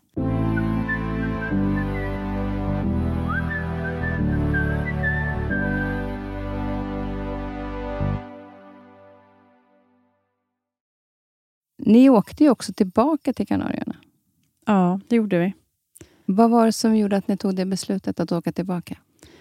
Ni åkte ju också tillbaka till Kanarieöarna. Ja, det gjorde vi. Vad var det som gjorde att ni tog det beslutet att åka tillbaka?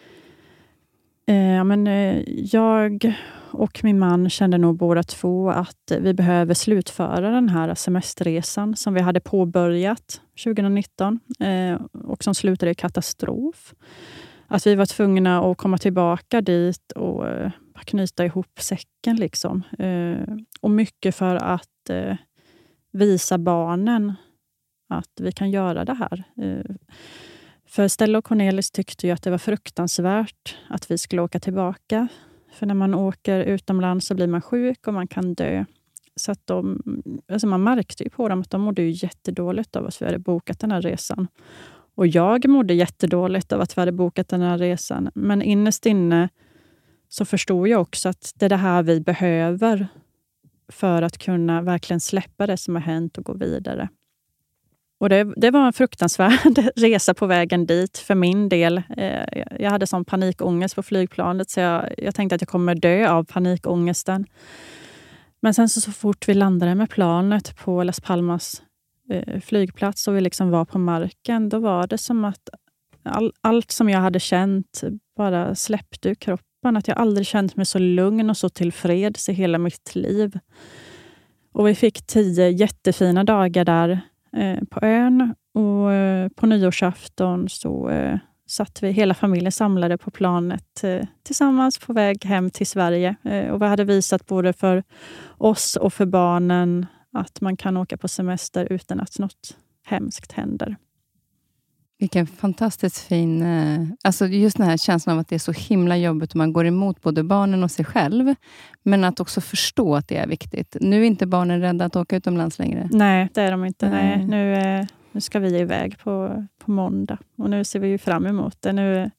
Eh, men, eh, jag och min man kände nog båda två att vi behöver slutföra den här semesterresan som vi hade påbörjat tjugonitton eh, och som slutade i katastrof. Att vi var tvungna att komma tillbaka dit och eh, knyta ihop säcken. Liksom. Eh, och mycket för att eh, visa barnen att vi kan göra det här. Eh, för Stella och Cornelis tyckte ju att det var fruktansvärt att vi skulle åka tillbaka. För när man åker utomlands så blir man sjuk och man kan dö. Så att de, alltså man märkte ju på dem att de mådde ju jättedåligt av att vi hade bokat den här resan. Och jag mådde jättedåligt av att vi hade bokat den här resan. Men innerst inne så förstod jag också att det är det här vi behöver för att kunna verkligen släppa det som har hänt och gå vidare. Och det, det var en fruktansvärd resa på vägen dit för min del. Eh, jag hade sån panikångest på flygplanet så jag, jag tänkte att jag kommer dö av panikångesten. Men sen så, så fort vi landade med planet på Las Palmas eh, flygplats och vi liksom var på marken, då var det som att all, allt som jag hade känt bara släppte ur kroppen. Att jag aldrig känt mig så lugn och så tillfreds i hela mitt liv. Och vi fick tio jättefina dagar där eh, på ön. Och eh, på nyårsafton så eh, satt vi hela familjen samlade på planet eh, tillsammans på väg hem till Sverige. Eh, och vi hade visat både för oss och för barnen att man kan åka på semester utan att något hemskt händer. Vilken fantastiskt fin... Alltså just den här känslan av att det är så himla jobbigt och man går emot både barnen och sig själv. Men att också förstå att det är viktigt. Nu är inte barnen rädda att åka utomlands längre. Nej, det är de inte. Nej. Nej. Nu, eh, nu ska vi iväg på, på måndag. Och nu ser vi ju fram emot det. Nu,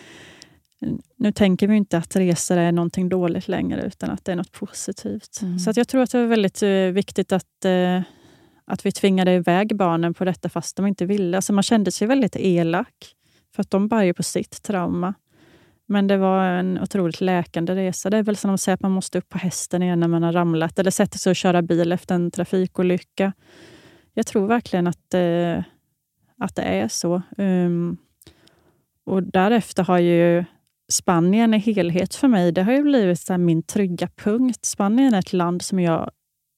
nu tänker vi inte att resor är någonting dåligt längre utan att det är något positivt. Mm. Så att jag tror att det är väldigt eh, viktigt att... Eh, Att vi tvingade iväg barnen på detta fast de inte ville. Alltså man kände sig väldigt elak. För att de bär ju på sitt trauma. Men det var en otroligt läkande resa. Det är väl som att säga att man måste upp på hästen igen när man har ramlat. Eller sätter sig och köra bil efter en trafikolycka. Jag tror verkligen att, eh, att det är så. Um, och därefter har ju Spanien i helhet för mig. Det har ju blivit så här min trygga punkt. Spanien är ett land som jag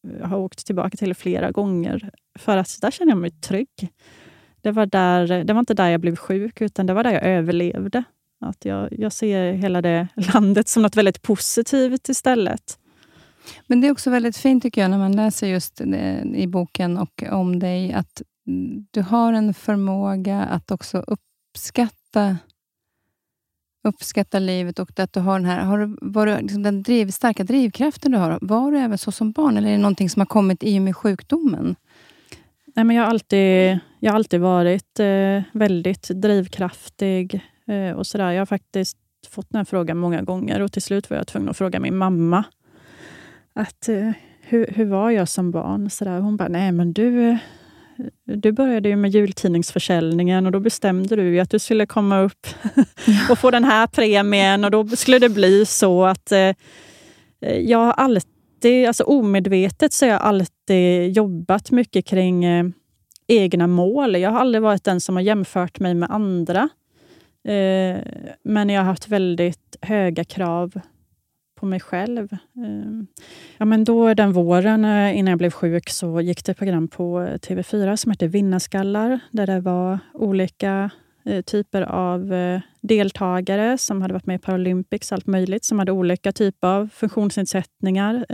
har åkt tillbaka till flera gånger. För att där känner jag mig trygg. Det var, där, det var inte där jag blev sjuk, utan det var där jag överlevde. Att jag, jag ser hela det landet som något väldigt positivt istället. Men det är också väldigt fint tycker jag när man läser just i boken och om dig att du har en förmåga att också uppskatta uppskatta livet och att du har den här har du, var du, liksom den driv, starka drivkraften du har. Var du även så som barn eller är det någonting som har kommit i och med sjukdomen? Nej, men jag har alltid, jag har alltid varit eh, väldigt drivkraftig eh, och sådär. Jag har faktiskt fått den här frågan många gånger och till slut var jag tvungen att fråga min mamma att eh, hur, hur var jag som barn? Sådär. Hon bara, nej men du, du började ju med jultidningsförsäljningen och då bestämde du ju att du skulle komma upp och få den här premien och då skulle det bli så att eh, jag har alltid, alltså omedvetet så har jag alltid jobbat mycket kring eh, egna mål. Jag har aldrig varit den som har jämfört mig med andra. Eh, men jag har haft väldigt höga krav på mig själv. Ja, men då den våren innan jag blev sjuk så gick det ett program på T V fyra som hette Vinnarskallar. Där det var olika typer av deltagare som hade varit med i Paralympics, allt möjligt. Som hade olika typer av funktionsnedsättningar.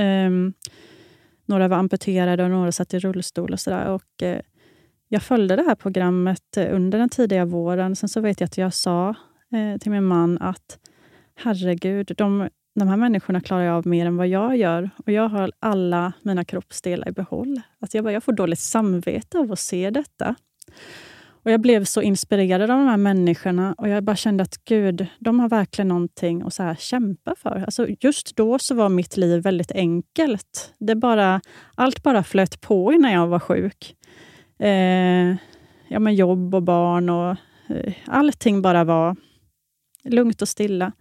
Några var amputerade och några satt i rullstol och sådär. Och jag följde det här programmet under den tidiga våren. Sen så vet jag att jag sa till min man att herregud, de De här människorna klarar jag av mer än vad jag gör. Och jag har alla mina kroppsdelar i behåll. Att jag, bara, jag får dåligt samvete av att se detta. Och jag blev så inspirerad av de här människorna. Och jag bara kände att gud, de har verkligen någonting att så här kämpa för. Alltså just då så var mitt liv väldigt enkelt. Det bara, allt bara flöt på innan jag var sjuk. Eh, ja, men jobb och barn och eh, allting bara var lugnt och stilla.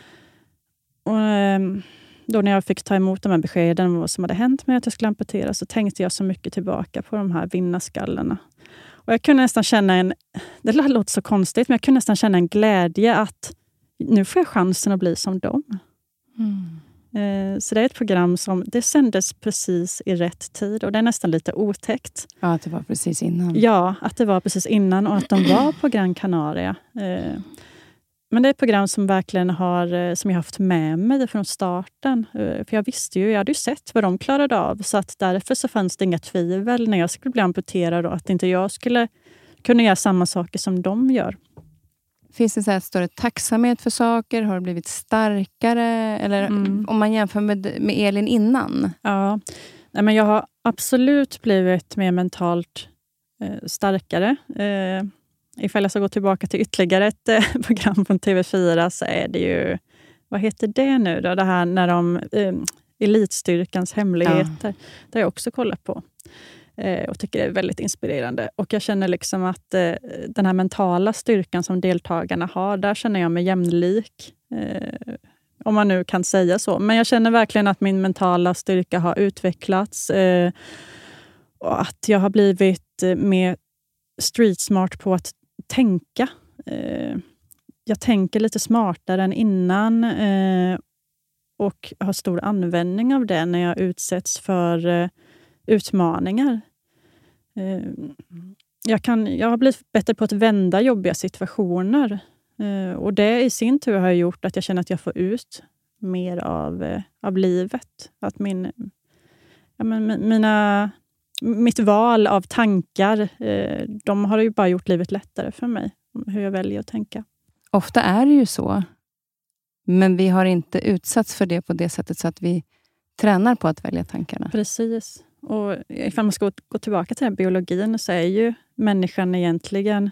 Och då när jag fick ta emot de här beskeden vad som hade hänt med att jag skulle amputera så tänkte jag så mycket tillbaka på de här vinnarskallarna. Och jag kunde nästan känna en, det låter så konstigt, men jag kunde nästan känna en glädje att nu får jag chansen att bli som dem. Mm. Så det är ett program som, det sändes precis i rätt tid och det är nästan lite otäckt. Ja, att det var precis innan. Ja, att det var precis innan och att de var på Gran Canaria. Men det är ett program som verkligen har, som jag haft med mig från starten. För jag visste ju, jag hade ju sett vad de klarade av. Så att därför så fanns det inga tvivel när jag skulle bli amputerad och att inte jag skulle kunna göra samma saker som de gör. Finns det så här större tacksamhet för saker? Har det blivit starkare? Eller mm. om man jämför med, med Elin innan? Ja, nej, men jag har absolut blivit mer mentalt eh, starkare. Eh, Ifall jag ska gå tillbaka till ytterligare ett eh, program från T V fyra så är det ju, vad heter det nu då? Det här när de, eh, elitstyrkans hemligheter. Ja. Det har jag också kollat på. Eh, och tycker det är väldigt inspirerande. Och jag känner liksom att eh, den här mentala styrkan som deltagarna har, där känner jag mig jämlik. Eh, om man nu kan säga så. Men jag känner verkligen att min mentala styrka har utvecklats. Eh, och att jag har blivit eh, mer street smart på att tänka. Eh, jag tänker lite smartare än innan eh, och har stor användning av det när jag utsätts för eh, utmaningar. Eh, jag, kan, jag har blivit bättre på att vända jobbiga situationer eh, och det i sin tur har gjort att jag känner att jag får ut mer av, eh, av livet. Att min, ja, men, mina Mitt val av tankar, eh, de har ju bara gjort livet lättare för mig. Hur jag väljer att tänka. Ofta är det ju så. Men vi har inte utsatts för det på det sättet så att vi tränar på att välja tankarna. Precis. Och ifall man ska gå tillbaka till den biologin så är ju människan egentligen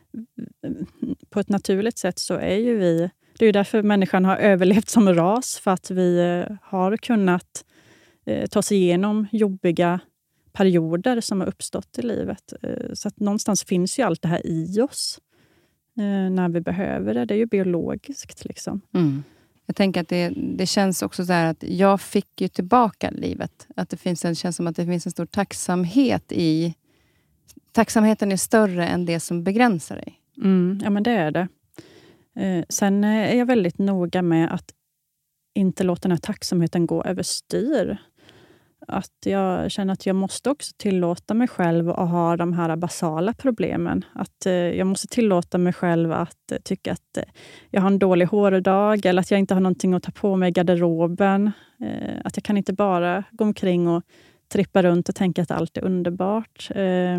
på ett naturligt sätt så är ju vi. Det är ju därför människan har överlevt som ras. För att vi har kunnat eh, ta sig igenom jobbiga perioder som har uppstått i livet. Så att någonstans finns ju allt det här i oss när vi behöver det. Det är ju biologiskt liksom. Mm. Jag tänker att det, det känns också så här att jag fick ju tillbaka livet. Att det finns en, känns som att det finns en stor tacksamhet i... Tacksamheten är större än det som begränsar dig. Mm, ja men det är det. Eh, sen är jag väldigt noga med att inte låta den här tacksamheten gå överstyr. att jag känner att jag måste också tillåta mig själv att ha de här basala problemen. Att eh, jag måste tillåta mig själv att eh, tycka att eh, jag har en dålig hårdag eller att jag inte har någonting att ta på mig i garderoben. Eh, att jag kan inte bara gå omkring och trippa runt och tänka att allt är underbart. Eh,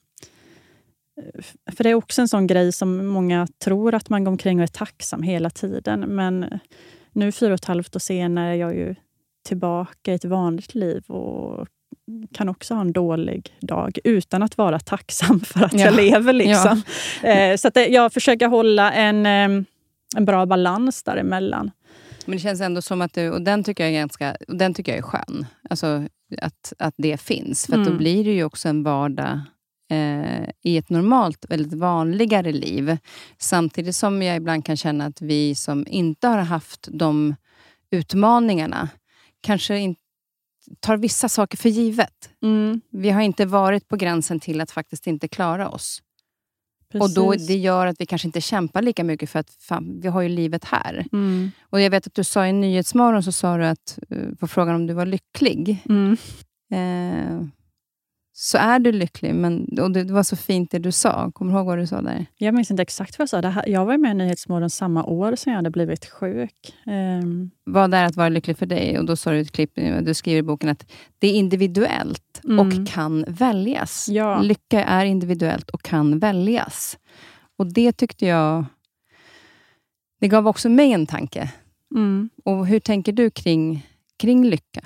för det är också en sån grej som många tror att man går omkring och är tacksam hela tiden. Men nu fyra och ett halvt år senare är jag ju tillbaka i ett vanligt liv och kan också ha en dålig dag utan att vara tacksam för att ja. jag lever. Liksom. Ja. Eh, så att det, jag försöker hålla en, en bra balans däremellan. Men det känns ändå som att du, och den tycker jag är ganska, och den tycker jag är skön. Alltså att, att det finns. För mm. att då blir det ju också en vardag eh, i ett normalt, väldigt vanligare liv. Samtidigt som jag ibland kan känna att vi som inte har haft de utmaningarna kanske inte tar vissa saker för givet. Mm. Vi har inte varit på gränsen till att faktiskt inte klara oss. Precis. Och då, det gör att vi kanske inte kämpar lika mycket för att fan, vi har ju livet här. Mm. Och jag vet att du sa i Nyhetsmorgon så sa du att på frågan om du var lycklig. Mm. Eh, så är du lycklig. Men, och det, det var så fint det du sa. Kommer du ihåg vad du sa där? Jag minns inte exakt vad jag sa. Det här, jag var med i Nyhetsmorgon samma år som jag hade blivit sjuk. Um. Vad är att vara lycklig för dig? Och då sa du ett klipp, du skriver i boken att det är individuellt mm. och kan väljas. Ja. Lycka är individuellt och kan väljas. Och det tyckte jag, det gav också mig en tanke. Mm. Och hur tänker du kring, kring lycka?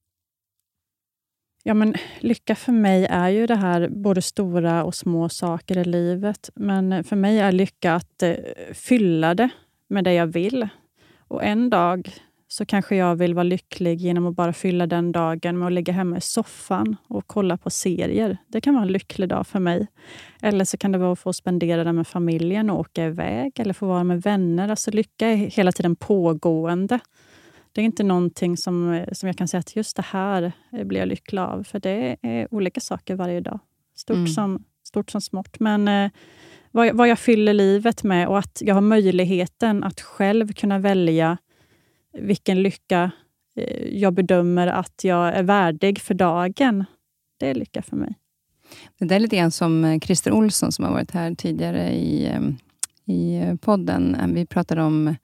Ja, men lycka för mig är ju det här både stora och små saker i livet. Men för mig är lycka att eh, fylla det med det jag vill. Och en dag så kanske jag vill vara lycklig genom att bara fylla den dagen med att ligga hemma i soffan och kolla på serier. Det kan vara en lycklig dag för mig. Eller så kan det vara att få spendera det med familjen och åka iväg. Eller få vara med vänner. Alltså lycka är hela tiden pågående. Det är inte någonting som, som jag kan säga att just det här blir jag lycklig av. För det är olika saker varje dag. Stort, mm. som, stort som smått. Men eh, vad, vad jag fyller livet med och att jag har möjligheten att själv kunna välja vilken lycka eh, jag bedömer att jag är värdig för dagen. Det är lycka för mig. Det där är lite grann som Christer Olsson som har varit här tidigare i, i podden. Vi pratade om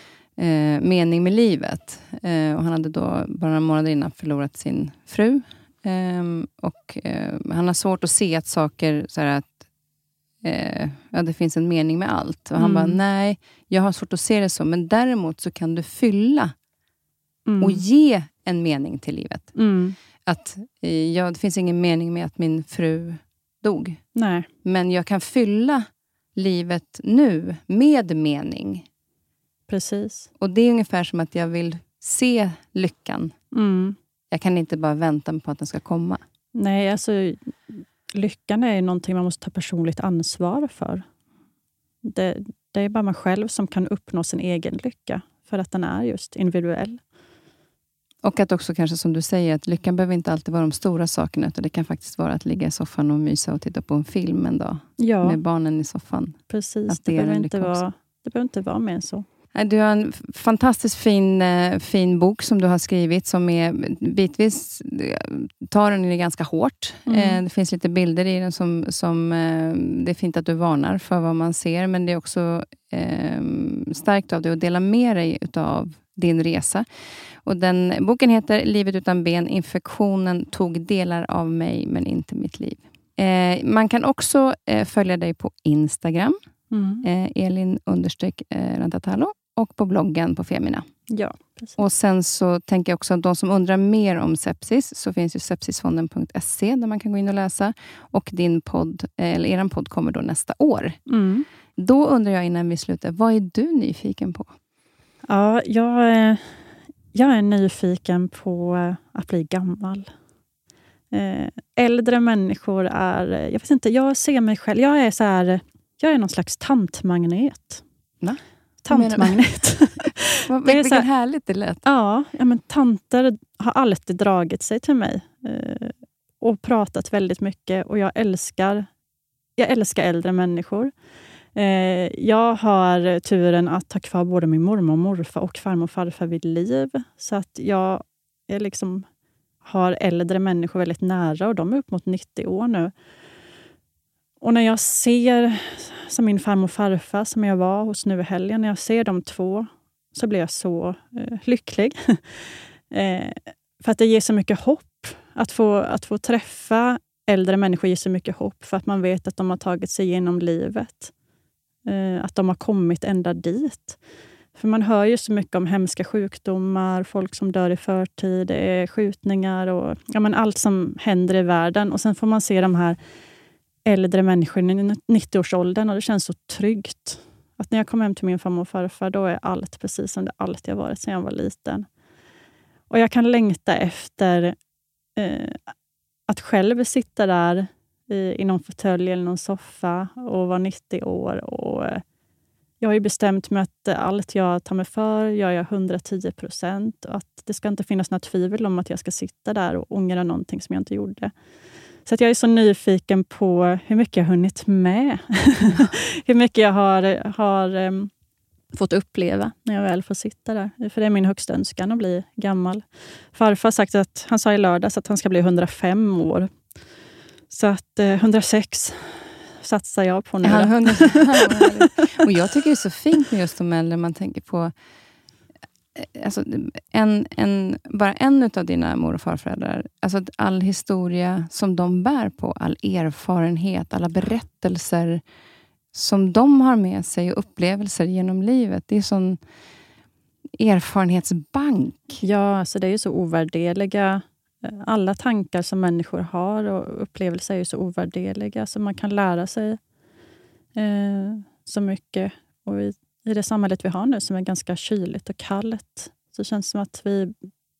Eh, mening med livet. Eh, och han hade då bara några månader innan förlorat sin fru. Eh, och eh, han har svårt att se att saker så här att eh, ja, det finns en mening med allt. Och han mm. bara, nej, jag har svårt att se det så. Men däremot så kan du fylla mm. och ge en mening till livet. Mm. Att eh, ja, det finns ingen mening med att min fru dog. Nej. Men jag kan fylla livet nu med mening. Precis. Och det är ungefär som att jag vill se lyckan. Mm. Jag kan inte bara vänta på att den ska komma. Nej, alltså lyckan är någonting man måste ta personligt ansvar för. Det, det är bara man själv som kan uppnå sin egen lycka. För att den är just individuell. Och att också kanske som du säger att lyckan behöver inte alltid vara de stora sakerna. Utan det kan faktiskt vara att ligga i soffan och mysa och titta på en film en dag. Ja. Med barnen i soffan. Precis, det, det, behöver inte vara, det behöver inte vara mer än så. Du har en fantastiskt fin, fin bok som du har skrivit som är bitvis tar den ganska hårt. Mm. Det finns lite bilder i den som, som det är fint att du varnar för vad man ser, men det är också eh, starkt av dig att dela med dig utav din resa. Och den boken heter Livet utan ben. Infektionen tog delar av mig men inte mitt liv. Eh, man kan också eh, följa dig på Instagram. Mm. Eh, Elin understreck eh, Rantatalo. Och på bloggen på Femina. Ja, precis. Och sen så tänker jag också att de som undrar mer om sepsis så finns ju sepsisfonden punkt se där man kan gå in och läsa. Och din podd, eller eran podd kommer då nästa år. Mm. Då undrar jag innan vi slutar, vad är du nyfiken på? Ja, jag är, jag är nyfiken på att bli gammal. Eh, äldre människor är, jag vet inte, jag ser mig själv, jag är så här, jag är någon slags tantmagnet. Va? Tantmagnet. Vilket härligt det lät. Ja, ja, men tanter har alltid dragit sig till mig. Eh, och pratat väldigt mycket. Och jag älskar, jag älskar äldre människor. Eh, jag har turen att ha kvar både min mormor och morfar och farmor och farfar vid liv. Så att jag är liksom har äldre människor väldigt nära och de är upp mot nittio år nu. Och när jag ser, som min farmor och farfar som jag var hos nu i helgen, när jag ser de två så blir jag så eh, lycklig. eh, för att det ger så mycket hopp. Att få, att få träffa äldre människor ger så mycket hopp för att man vet att de har tagit sig igenom livet. Eh, att de har kommit ända dit. För man hör ju så mycket om hemska sjukdomar, folk som dör i förtid, det är skjutningar och ja, men allt som händer i världen. Och sen får man se de här äldre människorna i nittio-årsåldern och det känns så tryggt. Att när jag kom hem till min farmor och farfar, då är allt precis som det alltid har varit sedan jag var liten. Och jag kan längta efter eh, att själv sitta där i, i någon fåtölj eller någon soffa och vara nittio år. Och eh, jag har ju bestämt mig att allt jag tar mig för gör jag hundratio procent. Och att det ska inte finnas något tvivel om att jag ska sitta där och ångra någonting som jag inte gjorde. Så att jag är så nyfiken på hur mycket jag har hunnit med. hur mycket jag har, har um, fått uppleva när jag väl får sitta där. För det är min högsta önskan att bli gammal. Farfar har sagt att, han sa i lördags att han ska bli hundrafem år. Så att uh, hundrasex satsar jag på nu. Ja, hundra och jag tycker det är så fint med just de äldre. Man tänker på alltså, en, en, bara en av dina mor- och farföräldrar. Alltså all historia som de bär på. All erfarenhet, alla berättelser som de har med sig och upplevelser genom livet. Det är sån erfarenhetsbank. Ja, alltså det är ju så ovärderliga. Alla tankar som människor har och upplevelser är ju så ovärderliga. Så man kan lära sig eh, så mycket. Och i, i det samhället vi har nu som är ganska kyligt och kallt, så känns det som att vi...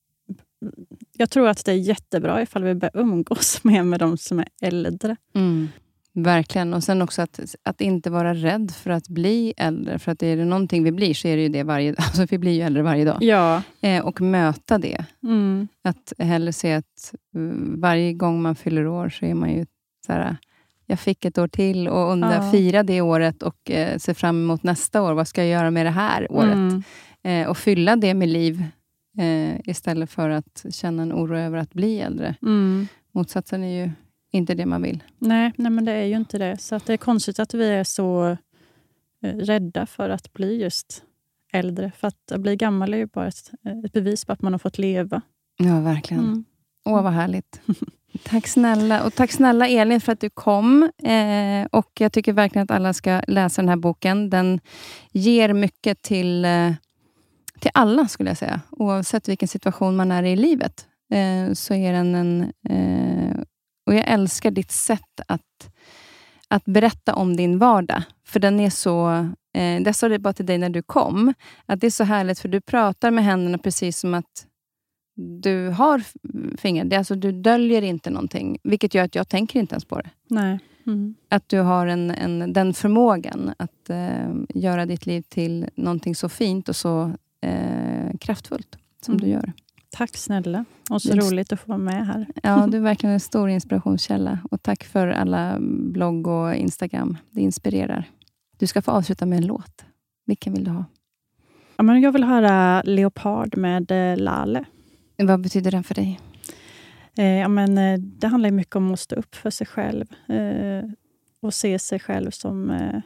Jag tror att det är jättebra ifall vi börjar umgås mer med de som är äldre. Mm. Verkligen. Och sen också att, att inte vara rädd för att bli äldre. För att är det någonting vi blir så är det ju det varje dag. Alltså vi blir ju äldre varje dag. Ja. Eh, och möta det. Mm. Att hellre se att uh, varje gång man fyller år så är man ju så här, jag fick ett år till och under Ja. fira det året och eh, se fram emot nästa år. Vad ska jag göra med det här året? Mm. Eh, och fylla det med liv eh, istället för att känna en oro över att bli äldre. Mm. Motsatsen är ju inte det man vill. Nej, nej, men det är ju inte det. Så att det är konstigt att vi är så eh, rädda för att bli just äldre. För att bli gammal är ju bara ett, ett bevis på att man har fått leva. Ja, verkligen. Mm. Åh, vad härligt. Tack snälla. Och tack snälla Elin för att du kom. Eh, och jag tycker verkligen att alla ska läsa den här boken. Den ger mycket till, eh, till alla skulle jag säga. Oavsett vilken situation man är i livet. Eh, så är den en... Eh, och jag älskar ditt sätt att, att berätta om din vardag. För den är så... Eh, det sa det bara till dig när du kom. Att det är så härligt för du pratar med händerna precis som att du har fingrar. Det är alltså, du döljer inte någonting. Vilket gör att jag tänker inte ens på det. Nej. Mm. Att du har en, en, den förmågan att eh, göra ditt liv till någonting så fint och så eh, kraftfullt som Mm. du gör. Tack snälla. Och så Det är- roligt att få vara med här. Ja, du är verkligen en stor inspirationskälla. Och tack för alla blogg och Instagram. Det inspirerar. Du ska få avsluta med en låt. Vilken vill du ha? Ja, men jag vill höra Leopard med eh, Lale. Vad betyder den för dig? Eh, ja, men, eh, det handlar ju mycket om att stå upp för sig själv. Eh, och se sig själv som eh,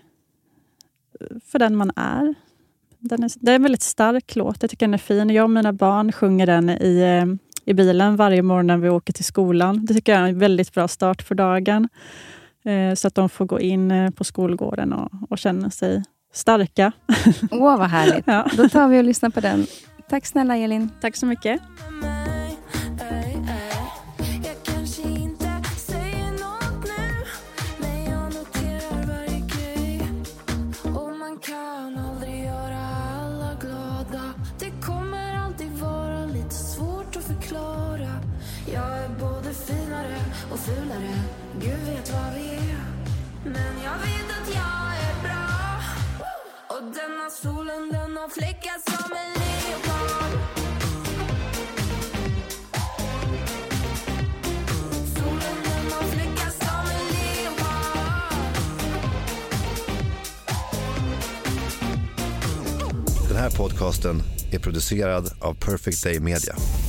för den man är. Den är. Det är en väldigt stark låt. Jag tycker den är fin. Jag och mina barn sjunger den i, eh, i bilen varje morgon när vi åker till skolan. Det tycker jag är en väldigt bra start för dagen. Eh, så att de får gå in eh, på skolgården och, och känna sig starka. Åh, vad härligt. Ja. Då tar vi och lyssnar på den. Tack snälla Elin. Tack så mycket. Jag kanske inte säger något nu, men jag noterar varje grej. Och man kan aldrig göra alla glada. Det kommer alltid vara lite svårt att förklara. Jag är både finare och fulare, Gud vet vad vi är. Men jag vet att jag är bra. Och denna solen, den har fläckats som en leopard. Solen, den har fläckats som en leopard. Den här podcasten är producerad av Perfect Day Media.